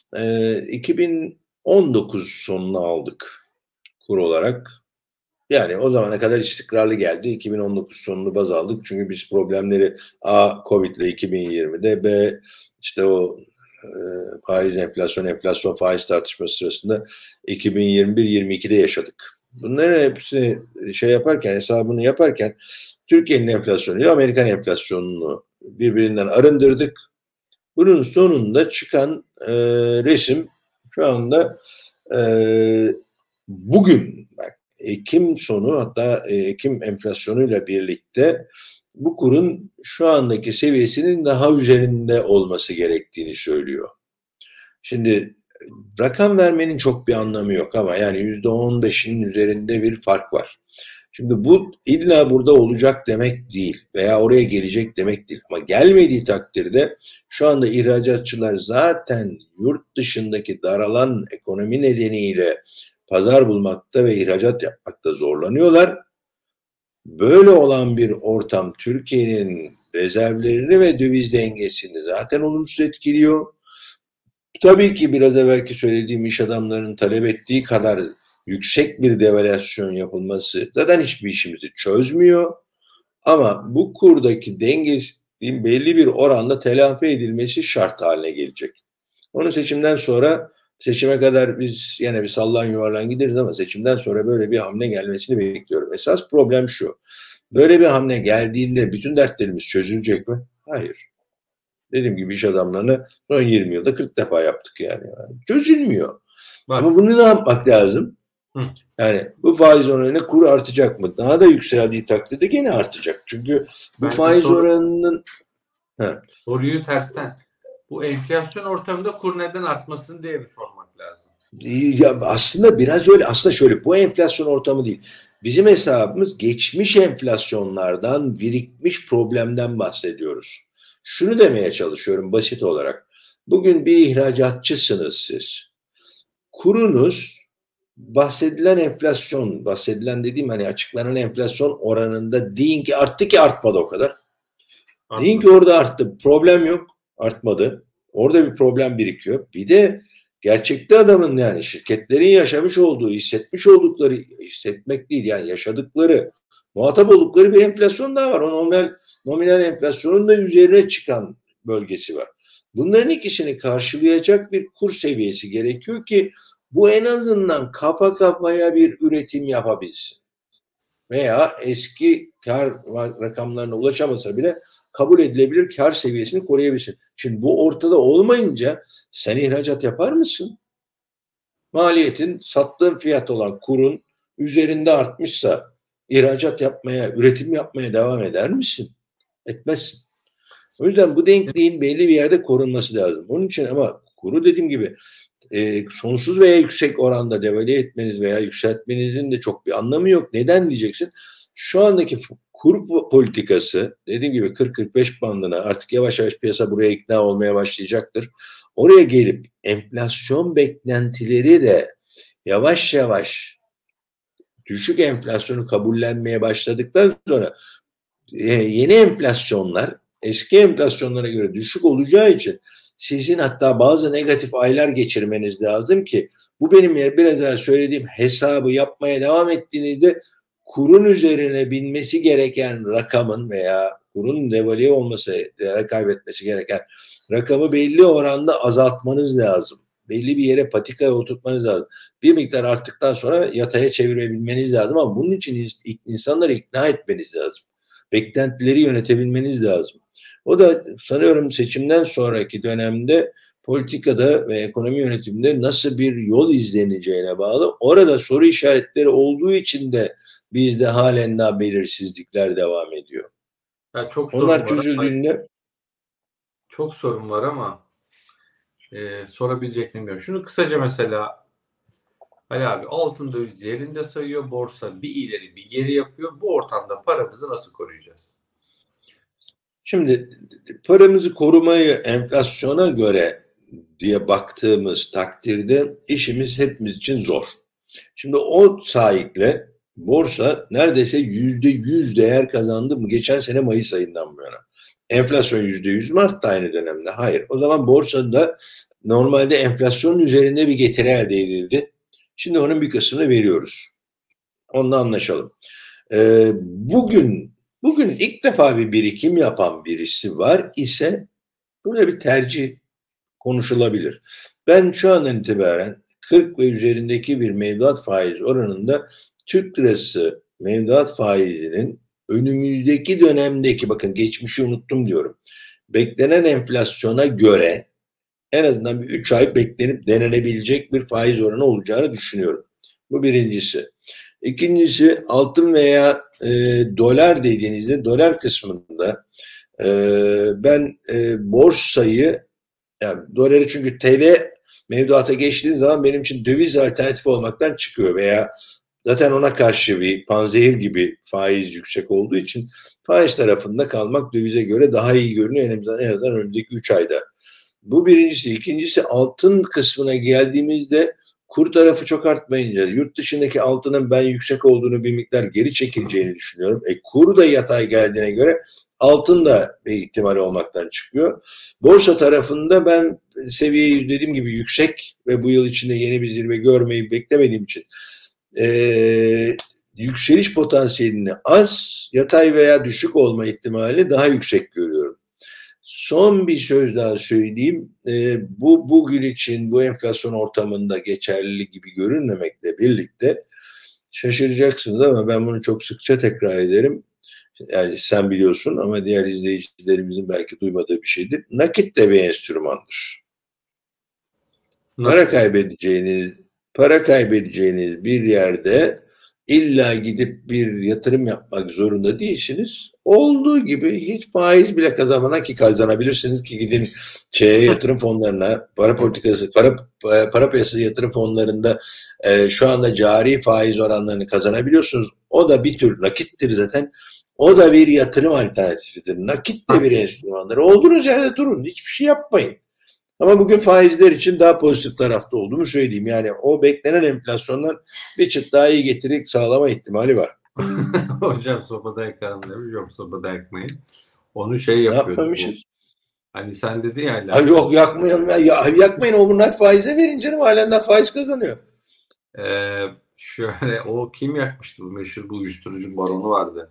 2019 sonunu aldık kur olarak. Yani o zamana kadar istikrarlı geldi. 2019 sonunu baz aldık. Çünkü biz problemleri A. Covid ile 2020'de B. işte o faiz enflasyon faiz tartışması sırasında 2021-22'de yaşadık. Bunların hepsini hesabını yaparken Türkiye'nin enflasyonuyla Amerikan enflasyonunu birbirinden arındırdık. Bunun sonunda çıkan resim şu anda bugün Ekim sonu hatta Ekim enflasyonuyla birlikte bu kurun şu andaki seviyesinin daha üzerinde olması gerektiğini söylüyor. Şimdi rakam vermenin çok bir anlamı yok ama yani %15'in üzerinde bir fark var. Şimdi bu illa burada olacak demek değil veya oraya gelecek demek değil. Ama gelmediği takdirde şu anda ihracatçılar zaten yurt dışındaki daralan ekonomi nedeniyle pazar bulmakta ve ihracat yapmakta zorlanıyorlar. Böyle olan bir ortam Türkiye'nin rezervlerini ve döviz dengesini zaten olumsuz etkiliyor. Tabii ki biraz evvelki söylediğim iş adamlarının talep ettiği kadar yüksek bir devalüasyon yapılması zaten hiçbir işimizi çözmüyor. Ama bu kurdaki dengesinin belli bir oranda telafi edilmesi şart haline gelecek. Onu seçimden sonra, seçime kadar biz yine bir sallan yuvarlan gideriz ama seçimden sonra böyle bir hamle gelmesini bekliyorum. Esas problem şu. Böyle bir hamle geldiğinde bütün dertlerimiz çözülecek mi? Hayır. Dediğim gibi iş adamlarını son 20 yılda 40 defa yaptık yani. Çözülmüyor. Bak. Ama bunu ne yapmak lazım? Yani bu faiz oranıyla kur artacak mı? Daha da yükseldiği takdirde gene artacak. Çünkü bu faiz oranının... Soruyu tersten. Bu enflasyon ortamında kur neden artmasın diye bir sormak lazım. Ya aslında biraz öyle. Aslında şöyle, bu enflasyon ortamı değil. Bizim hesabımız geçmiş enflasyonlardan birikmiş problemden bahsediyoruz. Şunu demeye çalışıyorum basit olarak. Bugün bir ihracatçısınız siz. Kurunuz bahsedilen enflasyon, bahsedilen dediğim hani açıklanan enflasyon oranında deyin ki arttı ki artmadı o kadar. Artmadı. Deyin ki orada arttı. Problem yok. Artmadı. Orada bir problem birikiyor. Bir de gerçekte adamın yani şirketlerin yaşamış olduğu, hissetmiş oldukları, hissetmek değil yani yaşadıkları, muhatap oldukları bir enflasyon daha var. O nominal enflasyonun da üzerine çıkan bölgesi var. Bunların ikisini karşılayacak bir kur seviyesi gerekiyor ki bu en azından kafa kafaya bir üretim yapabilsin. Veya eski kar rakamlarına ulaşamasa bile kabul edilebilir kar seviyesini koruyabilsin. Şimdi bu ortada olmayınca sen ihracat yapar mısın? Maliyetin sattığın fiyat olan kurun üzerinde artmışsa ihracat yapmaya, üretim yapmaya devam eder misin? Etmezsin. O yüzden bu denkliğin belli bir yerde korunması lazım. Onun için ama kuru dediğim gibi sonsuz veya yüksek oranda devalüe etmeniz veya yükseltmenizin de çok bir anlamı yok. Neden diyeceksin? Şu andaki kur politikası dediğim gibi 40-45 bandına artık yavaş yavaş piyasa buraya ikna olmaya başlayacaktır. Oraya gelip enflasyon beklentileri de yavaş yavaş düşük enflasyonu kabullenmeye başladıktan sonra yeni enflasyonlar eski enflasyonlara göre düşük olacağı için sizin hatta bazı negatif aylar geçirmeniz lazım ki bu benim biraz daha söylediğim hesabı yapmaya devam ettiğinizde kurun üzerine binmesi gereken rakamın veya kurun devalüe olması, değer kaybetmesi gereken rakamı belli oranda azaltmanız lazım. Belli bir yere patikaya oturtmanız lazım. Bir miktar arttıktan sonra yataya çevirebilmeniz lazım ama bunun için insanları ikna etmeniz lazım. Beklentileri yönetebilmeniz lazım. O da sanıyorum seçimden sonraki dönemde politikada ve ekonomi yönetiminde nasıl bir yol izleneceğine bağlı. Orada soru işaretleri olduğu için de bizde halen daha belirsizlikler devam ediyor. Ya çok onlar çözüldüğünde... Çok sorun var ama sorabilecek bilmiyorum. Şunu kısaca mesela Ali abi altın döviz yerinde sayıyor, borsa bir ileri bir geri yapıyor. Bu ortamda paramızı nasıl koruyacağız? Şimdi paramızı korumayı enflasyona göre diye baktığımız takdirde işimiz hepimiz için zor. Şimdi o sahiple borsa neredeyse %100 değer kazandı mı geçen sene Mayıs ayından bu yana. Enflasyon %100 mi arttı aynı dönemde? Hayır. O zaman borsada normalde enflasyonun üzerinde bir getiri elde edildi. Şimdi onun bir kısmını veriyoruz. Onunla anlaşalım. Bugün ilk defa bir birikim yapan birisi var ise burada bir tercih konuşulabilir. Ben şu andan itibaren 40 ve üzerindeki bir mevduat faiz oranında Türk lirası mevduat faizinin önümüzdeki dönemdeki, bakın geçmişi unuttum diyorum, beklenen enflasyona göre en azından bir 3 ay beklenip denenebilecek bir faiz oranı olacağını düşünüyorum. Bu birincisi. İkincisi altın veya dolar dediğinizde dolar kısmında ben borsayı yani doları çünkü TL mevduata geçtiğiniz zaman benim için döviz alternatifi olmaktan çıkıyor veya Zaten ona karşı bir panzehir gibi faiz yüksek olduğu için faiz tarafında kalmak dövize göre daha iyi görünüyor en azından önümüzdeki 3 ayda. Bu birincisi. İkincisi, altın kısmına geldiğimizde kur tarafı çok artmayınca yurt dışındaki altının ben yüksek olduğunu bir miktar geri çekileceğini düşünüyorum. Kur da yatay geldiğine göre altın da bir ihtimal olmaktan çıkıyor. Borsa tarafında ben seviyeyi dediğim gibi yüksek ve bu yıl içinde yeni bir zirve görmeyi beklemediğim için yükseliş potansiyelini az, yatay veya düşük olma ihtimali daha yüksek görüyorum. Son bir söz daha söyleyeyim. Bu bugün için bu enflasyon ortamında geçerli gibi görünmemekle birlikte şaşıracaksınız ama ben bunu çok sıkça tekrar ederim. Yani sen biliyorsun ama diğer izleyicilerimizin belki duymadığı bir şeydir. Nakit de bir enstrümandır. Para kaybedeceğiniz bir yerde illa gidip bir yatırım yapmak zorunda değilsiniz. Olduğu gibi hiç faiz bile kazanmadan, ki kazanabilirsiniz, ki gidin yatırım fonlarına, para piyasası yatırım fonlarında şu anda cari faiz oranlarını kazanabiliyorsunuz. O da bir tür nakittir zaten. O da bir yatırım alternatifidir. Nakit de bir enstrümandır. Olduğunuz yerde durun. Hiçbir şey yapmayın. Ama bugün faizler için daha pozitif tarafta olduğumu söyleyeyim. Yani o beklenen enflasyondan bir çıt daha iyi getiri sağlama ihtimali var. Hocam sopada yakalım demiş. Yok, sopada yakmayın. Onu yapıyordum. Hani sen dedin ya. Ha, yok yakmayalım ya. Yakmayın, overnight faize verin canım. Halen daha faiz kazanıyor. Şöyle, o kim yakmıştı bu meşhur bu uyuşturucu baronu vardı.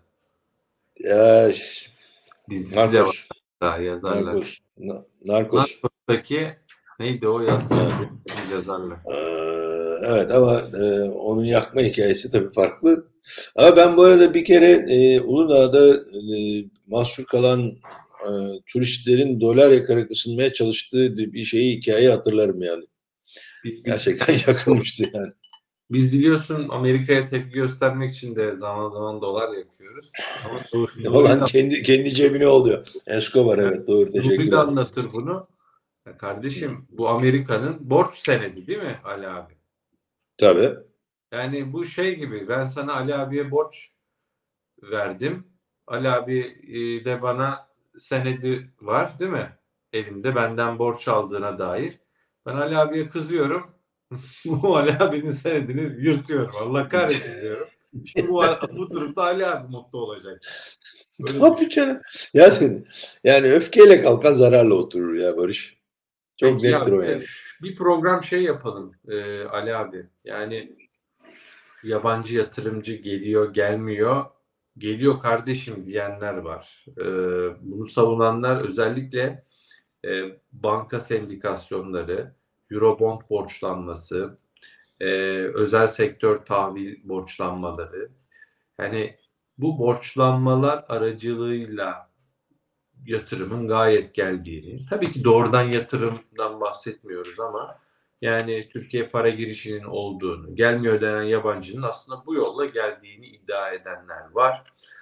Dizisi de var. Yazarlar. Narcos'taki neydi o yazarlar. Evet ama onun yakma hikayesi tabii farklı. Ama ben bu arada bir kere Uludağ'da mahsur kalan turistlerin dolar yakarak ısınmaya çalıştığı bir hikayeyi hatırlarım yani. Gerçekten yakılmıştı yani. Biz biliyorsun Amerika'ya tepki göstermek için de zaman zaman dolar yakıyoruz. Ama olan kendi cebine oluyor. Escobar, evet, doğru, teşekkürler. Rubi de anlatır bunu. Ya kardeşim, bu Amerika'nın borç senedi değil mi Ali abi? Tabii. Yani bu gibi, ben sana Ali abiye borç verdim. Ali abi de bana senedi var değil mi? Elimde benden borç aldığına dair. Ben Ali abiye kızıyorum. Bu Ali abinin senedini yırtıyorum. Allah kahretsin diyorum. İşte bu durumda Ali abi mutlu olacak. Tabii canım. Yani öfkeyle kalkan zararla oturur ya Barış. Çok nettir o yani. Bir program yapalım Ali abi. Yani yabancı yatırımcı geliyor, gelmiyor. Geliyor kardeşim diyenler var. Bunu savunanlar özellikle banka sendikasyonları, Eurobond borçlanması, özel sektör tahvil borçlanmaları. Yani bu borçlanmalar aracılığıyla yatırımın gayet geldiğini, tabii ki doğrudan yatırımdan bahsetmiyoruz ama yani Türkiye para girişinin olduğunu, gelmiyor denen yabancının aslında bu yolla geldiğini iddia edenler var.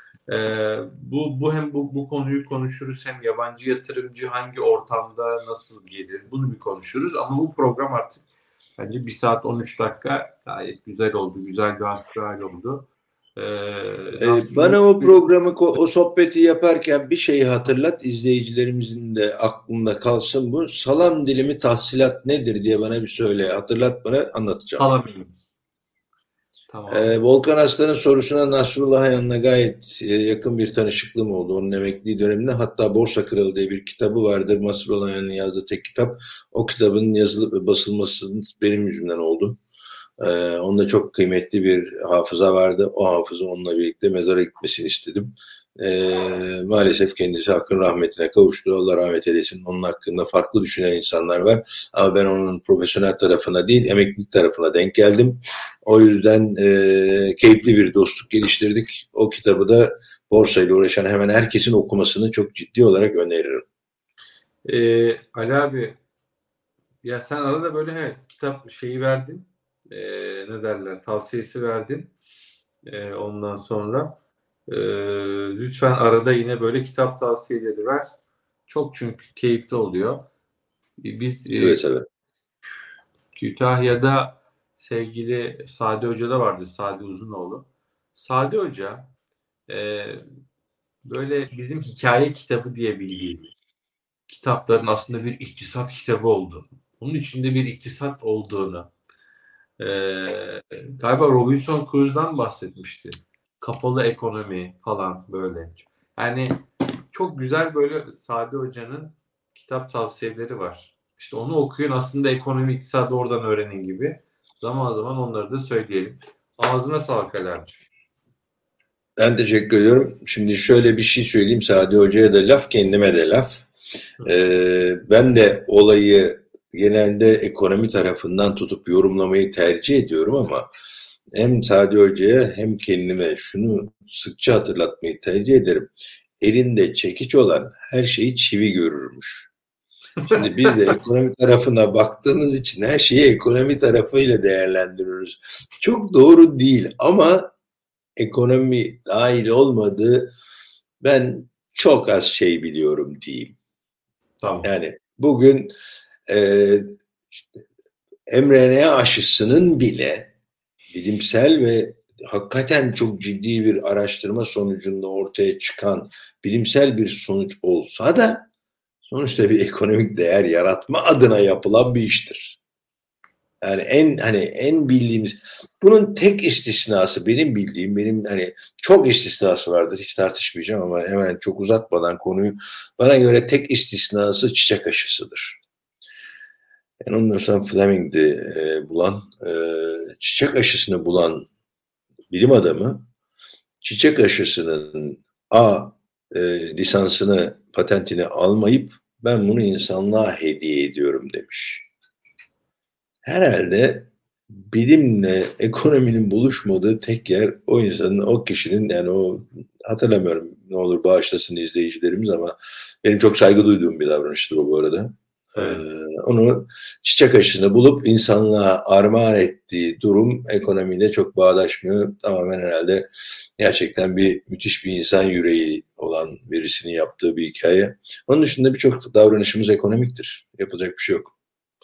Bu konuyu konuşuruz, hem yabancı yatırımcı hangi ortamda nasıl gelir, bunu bir konuşuruz ama bu program artık bence 1 saat 13 dakika gayet güzel oldu, güzel bir hasbihal oldu. Bana o programı, o sohbeti yaparken bir şeyi hatırlat, izleyicilerimizin de aklında kalsın bu. Salam dilimi tahsilat nedir diye bana bir söyle, hatırlat, bana anlatacağım. Salamiyim. Tamam. Volkan Aslan'ın sorusuna Nasrullah yanına gayet yakın bir tanışıklığım oldu onun emekli döneminde. Hatta Borsa Kralı diye bir kitabı vardır. Nasrullah Yan'ın yazdığı tek kitap. O kitabın yazılıp ve basılmasının benim yüzümden oldu. Onda çok kıymetli bir hafıza vardı. O hafıza onunla birlikte mezara gitmesini istedim. Maalesef kendisi hakkın rahmetine kavuştu. Allah rahmet eylesin. Onun hakkında farklı düşünen insanlar var. Ama ben onun profesyonel tarafına değil, emeklilik tarafına denk geldim. O yüzden keyifli bir dostluk geliştirdik. O kitabı da borsayla uğraşan hemen herkesin okumasını çok ciddi olarak öneririm. Ali abi, ya sen arada böyle kitap verdin. Ne derler, tavsiyesi verdin. Ondan sonra lütfen arada yine böyle kitap tavsiyeleri ver. Çok çünkü keyifli oluyor. Biz evet. Kütahya'da sevgili Sadi Hoca da vardı, Sadi Uzunoğlu. Sadi Hoca böyle bizim hikaye kitabı diye bildiğimiz kitapların aslında bir iktisat kitabı olduğunu, bunun içinde bir iktisat olduğunu, galiba Robinson Crusoe'dan bahsetmişti. Kapalı ekonomi falan böyle. Yani çok güzel böyle Sadi Hoca'nın kitap tavsiyeleri var. İşte onu okuyun, aslında ekonomi, iktisadı oradan öğrenin gibi. Zaman zaman onları da söyleyelim. Ağzına sağlık Alemciğim. Ben teşekkür ediyorum. Şimdi şöyle bir şey söyleyeyim. Sadi Hoca'ya da laf, kendime de laf. Ben de olayı genelde ekonomi tarafından tutup yorumlamayı tercih ediyorum ama hem Sadi Hoca'ya hem kendime şunu sıkça hatırlatmayı tercih ederim. Elinde çekiç olan her şeyi çivi görürmüş. Şimdi biz de ekonomi tarafına baktığımız için her şeyi ekonomi tarafıyla değerlendiriyoruz. Çok doğru değil ama ekonomi dahil olmadığı ben çok az şey biliyorum diyeyim. Tamam. Yani bugün mRNA aşısının bile bilimsel ve hakikaten çok ciddi bir araştırma sonucunda ortaya çıkan bilimsel bir sonuç olsa da sonuçta bir ekonomik değer yaratma adına yapılan bir iştir. Yani en bildiğimiz, bunun tek istisnası benim bildiğim, benim çok istisnası vardır, hiç tartışmayacağım ama hemen çok uzatmadan konuyu, bana göre tek istisnası çiçek aşısıdır. Yanılmıyorsam Fleming'di bulan, çiçek aşısını bulan bilim adamı, çiçek aşısının lisansını, patentini almayıp ben bunu insanlığa hediye ediyorum demiş. Herhalde bilimle ekonominin buluşmadığı tek yer o insanın, o kişinin, yani o, hatırlamıyorum, ne olur bağışlasın izleyicilerimiz ama benim çok saygı duyduğum bir davranıştır o bu arada. Evet. Onu çiçek aşısını bulup insanlığa armağan ettiği durum ekonomiyle çok bağdaşmıyor. Tamamen herhalde gerçekten müthiş bir insan yüreği olan birisinin yaptığı bir hikaye. Onun dışında birçok davranışımız ekonomiktir. Yapacak bir şey yok.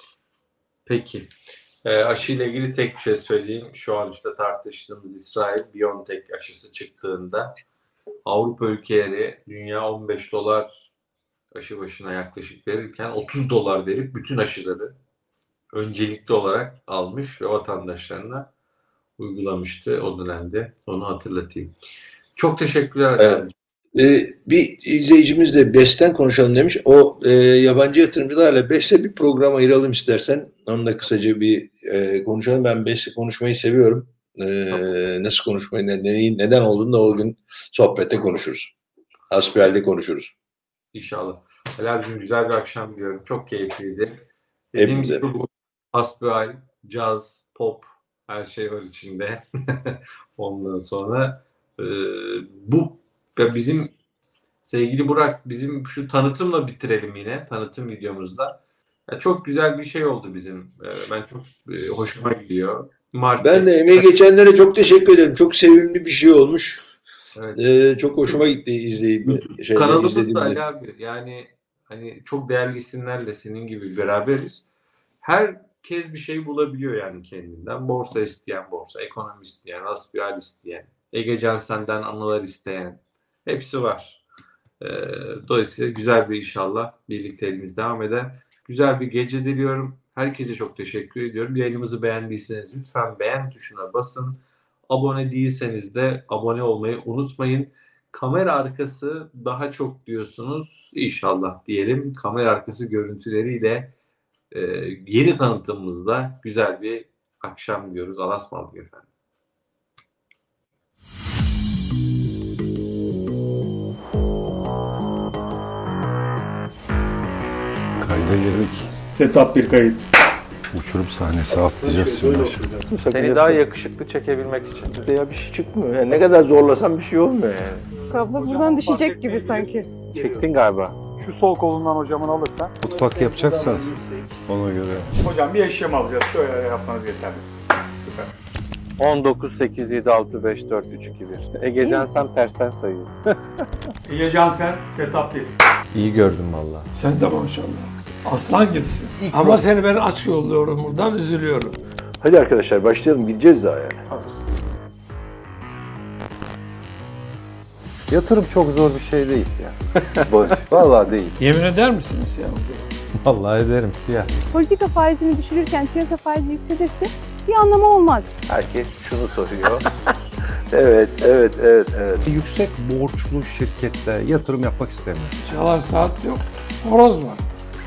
Peki. Aşıyla ilgili tek bir şey söyleyeyim. Şu an işte tartıştığımız İsrail-BioNTech aşısı çıktığında Avrupa ülkeleri dünya $15 aşı başına yaklaşık verirken $30 verip bütün aşıları öncelikli olarak almış ve vatandaşlarına uygulamıştı o dönemde. Onu hatırlatayım. Çok teşekkürler. Evet. Bir izleyicimiz de BES'ten konuşalım demiş. O yabancı yatırımcılarla BES'e bir program ayıralım istersen. Onu da kısaca bir konuşalım. Ben BES'i konuşmayı seviyorum. Nasıl konuşmayı, neden olduğunu da o gün sohbette konuşuruz. Hasbihalde konuşuruz. İnşallah. Ali abicim, güzel bir akşam diliyorum. Çok keyifliydi. Dediğim gibi bu hasbihal, caz, pop, her şey var içinde. Ondan sonra bu bizim sevgili Burak, bizim şu tanıtımla bitirelim yine. Tanıtım videomuzda. Çok güzel bir şey oldu bizim. Ben çok hoşuma gidiyor. Ben de emeği geçenlere çok teşekkür ederim. Çok sevimli bir şey olmuş. Evet. Çok hoşuma gitti izleyip. Kanalımız da Ali abi. Yani hani çok değerli isimlerle senin gibi beraberiz. Herkes bir şey bulabiliyor yani kendinden. Borsa isteyen borsa, ekonomi isteyen, hasbihal isteyen, Ege Cansen'den anılar isteyen. Hepsi var. Dolayısıyla güzel bir, inşallah birlikteliğimiz devam eder. Güzel bir gece diliyorum. Herkese çok teşekkür ediyorum. Yayınımızı beğendiyseniz lütfen beğen tuşuna basın. Abone değilseniz de abone olmayı unutmayın. Kamera arkası daha çok diyorsunuz. İnşallah diyelim. Kamera arkası görüntüleriyle yeni tanıtımımızda güzel bir akşam diyoruz. Allah'a ısmarladık efendim. Kayda girdik. Setup bir kayıt. Uçurum sahnesi atlayacağız şimdi. Seni daha yakışıklı çekebilmek için. Ya bir şey çıkmıyor. Yani ne kadar zorlasam bir şey olmuyor yani. Kablo buradan düşecek gibi sanki. Çektin galiba. Şu sol kolundan hocamın alırsan. Mutfak yapacaksanız ona göre. Hocam bir eşyam alacağız. Şöyle yapmanız yeterli. Süper. 19, 8, 7, 6, 5, 4, 3, 2, 1. Ege Cansen tersten sayıyor. İyi Cansen, setup 1. İyi gördüm valla. Sen de maşallah. Aslan gibisin. Ama seni ben aç yolluyorum buradan, üzülüyorum. Hadi arkadaşlar başlayalım, bileceğiz daha yani. Hazırız. Yatırım çok zor bir şey değil ya. Boş. Vallahi değil. Yemin eder misiniz ya? Vallahi ederim siyah. Politika faizini düşürürken piyasa faizi yükselirse bir anlamı olmaz. Herkes şunu soruyor. Evet. Yüksek borçlu şirkette yatırım yapmak istemiyorum. Çalar saat yok. Horoz var.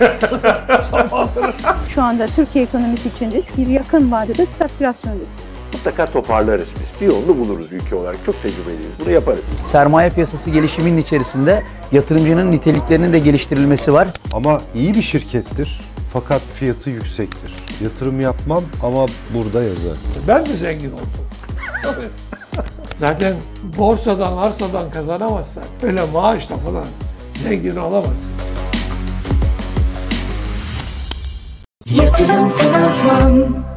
Şu anda Türkiye ekonomisi için risk bir yakın vadede stagflasyon riski. Mutlaka toparlarız biz. Bir yolunu buluruz ülke olarak. Çok tecrübeliyiz. Bunu yaparız. Sermaye piyasası gelişiminin içerisinde yatırımcının niteliklerinin de geliştirilmesi var. Ama iyi bir şirkettir fakat fiyatı yüksektir. Yatırım yapmam ama burada yazar. Ben de zengin oldum. Zaten borsadan, arsadan kazanamazsan öyle maaşla falan zengin olamazsın. Yatırım Finansman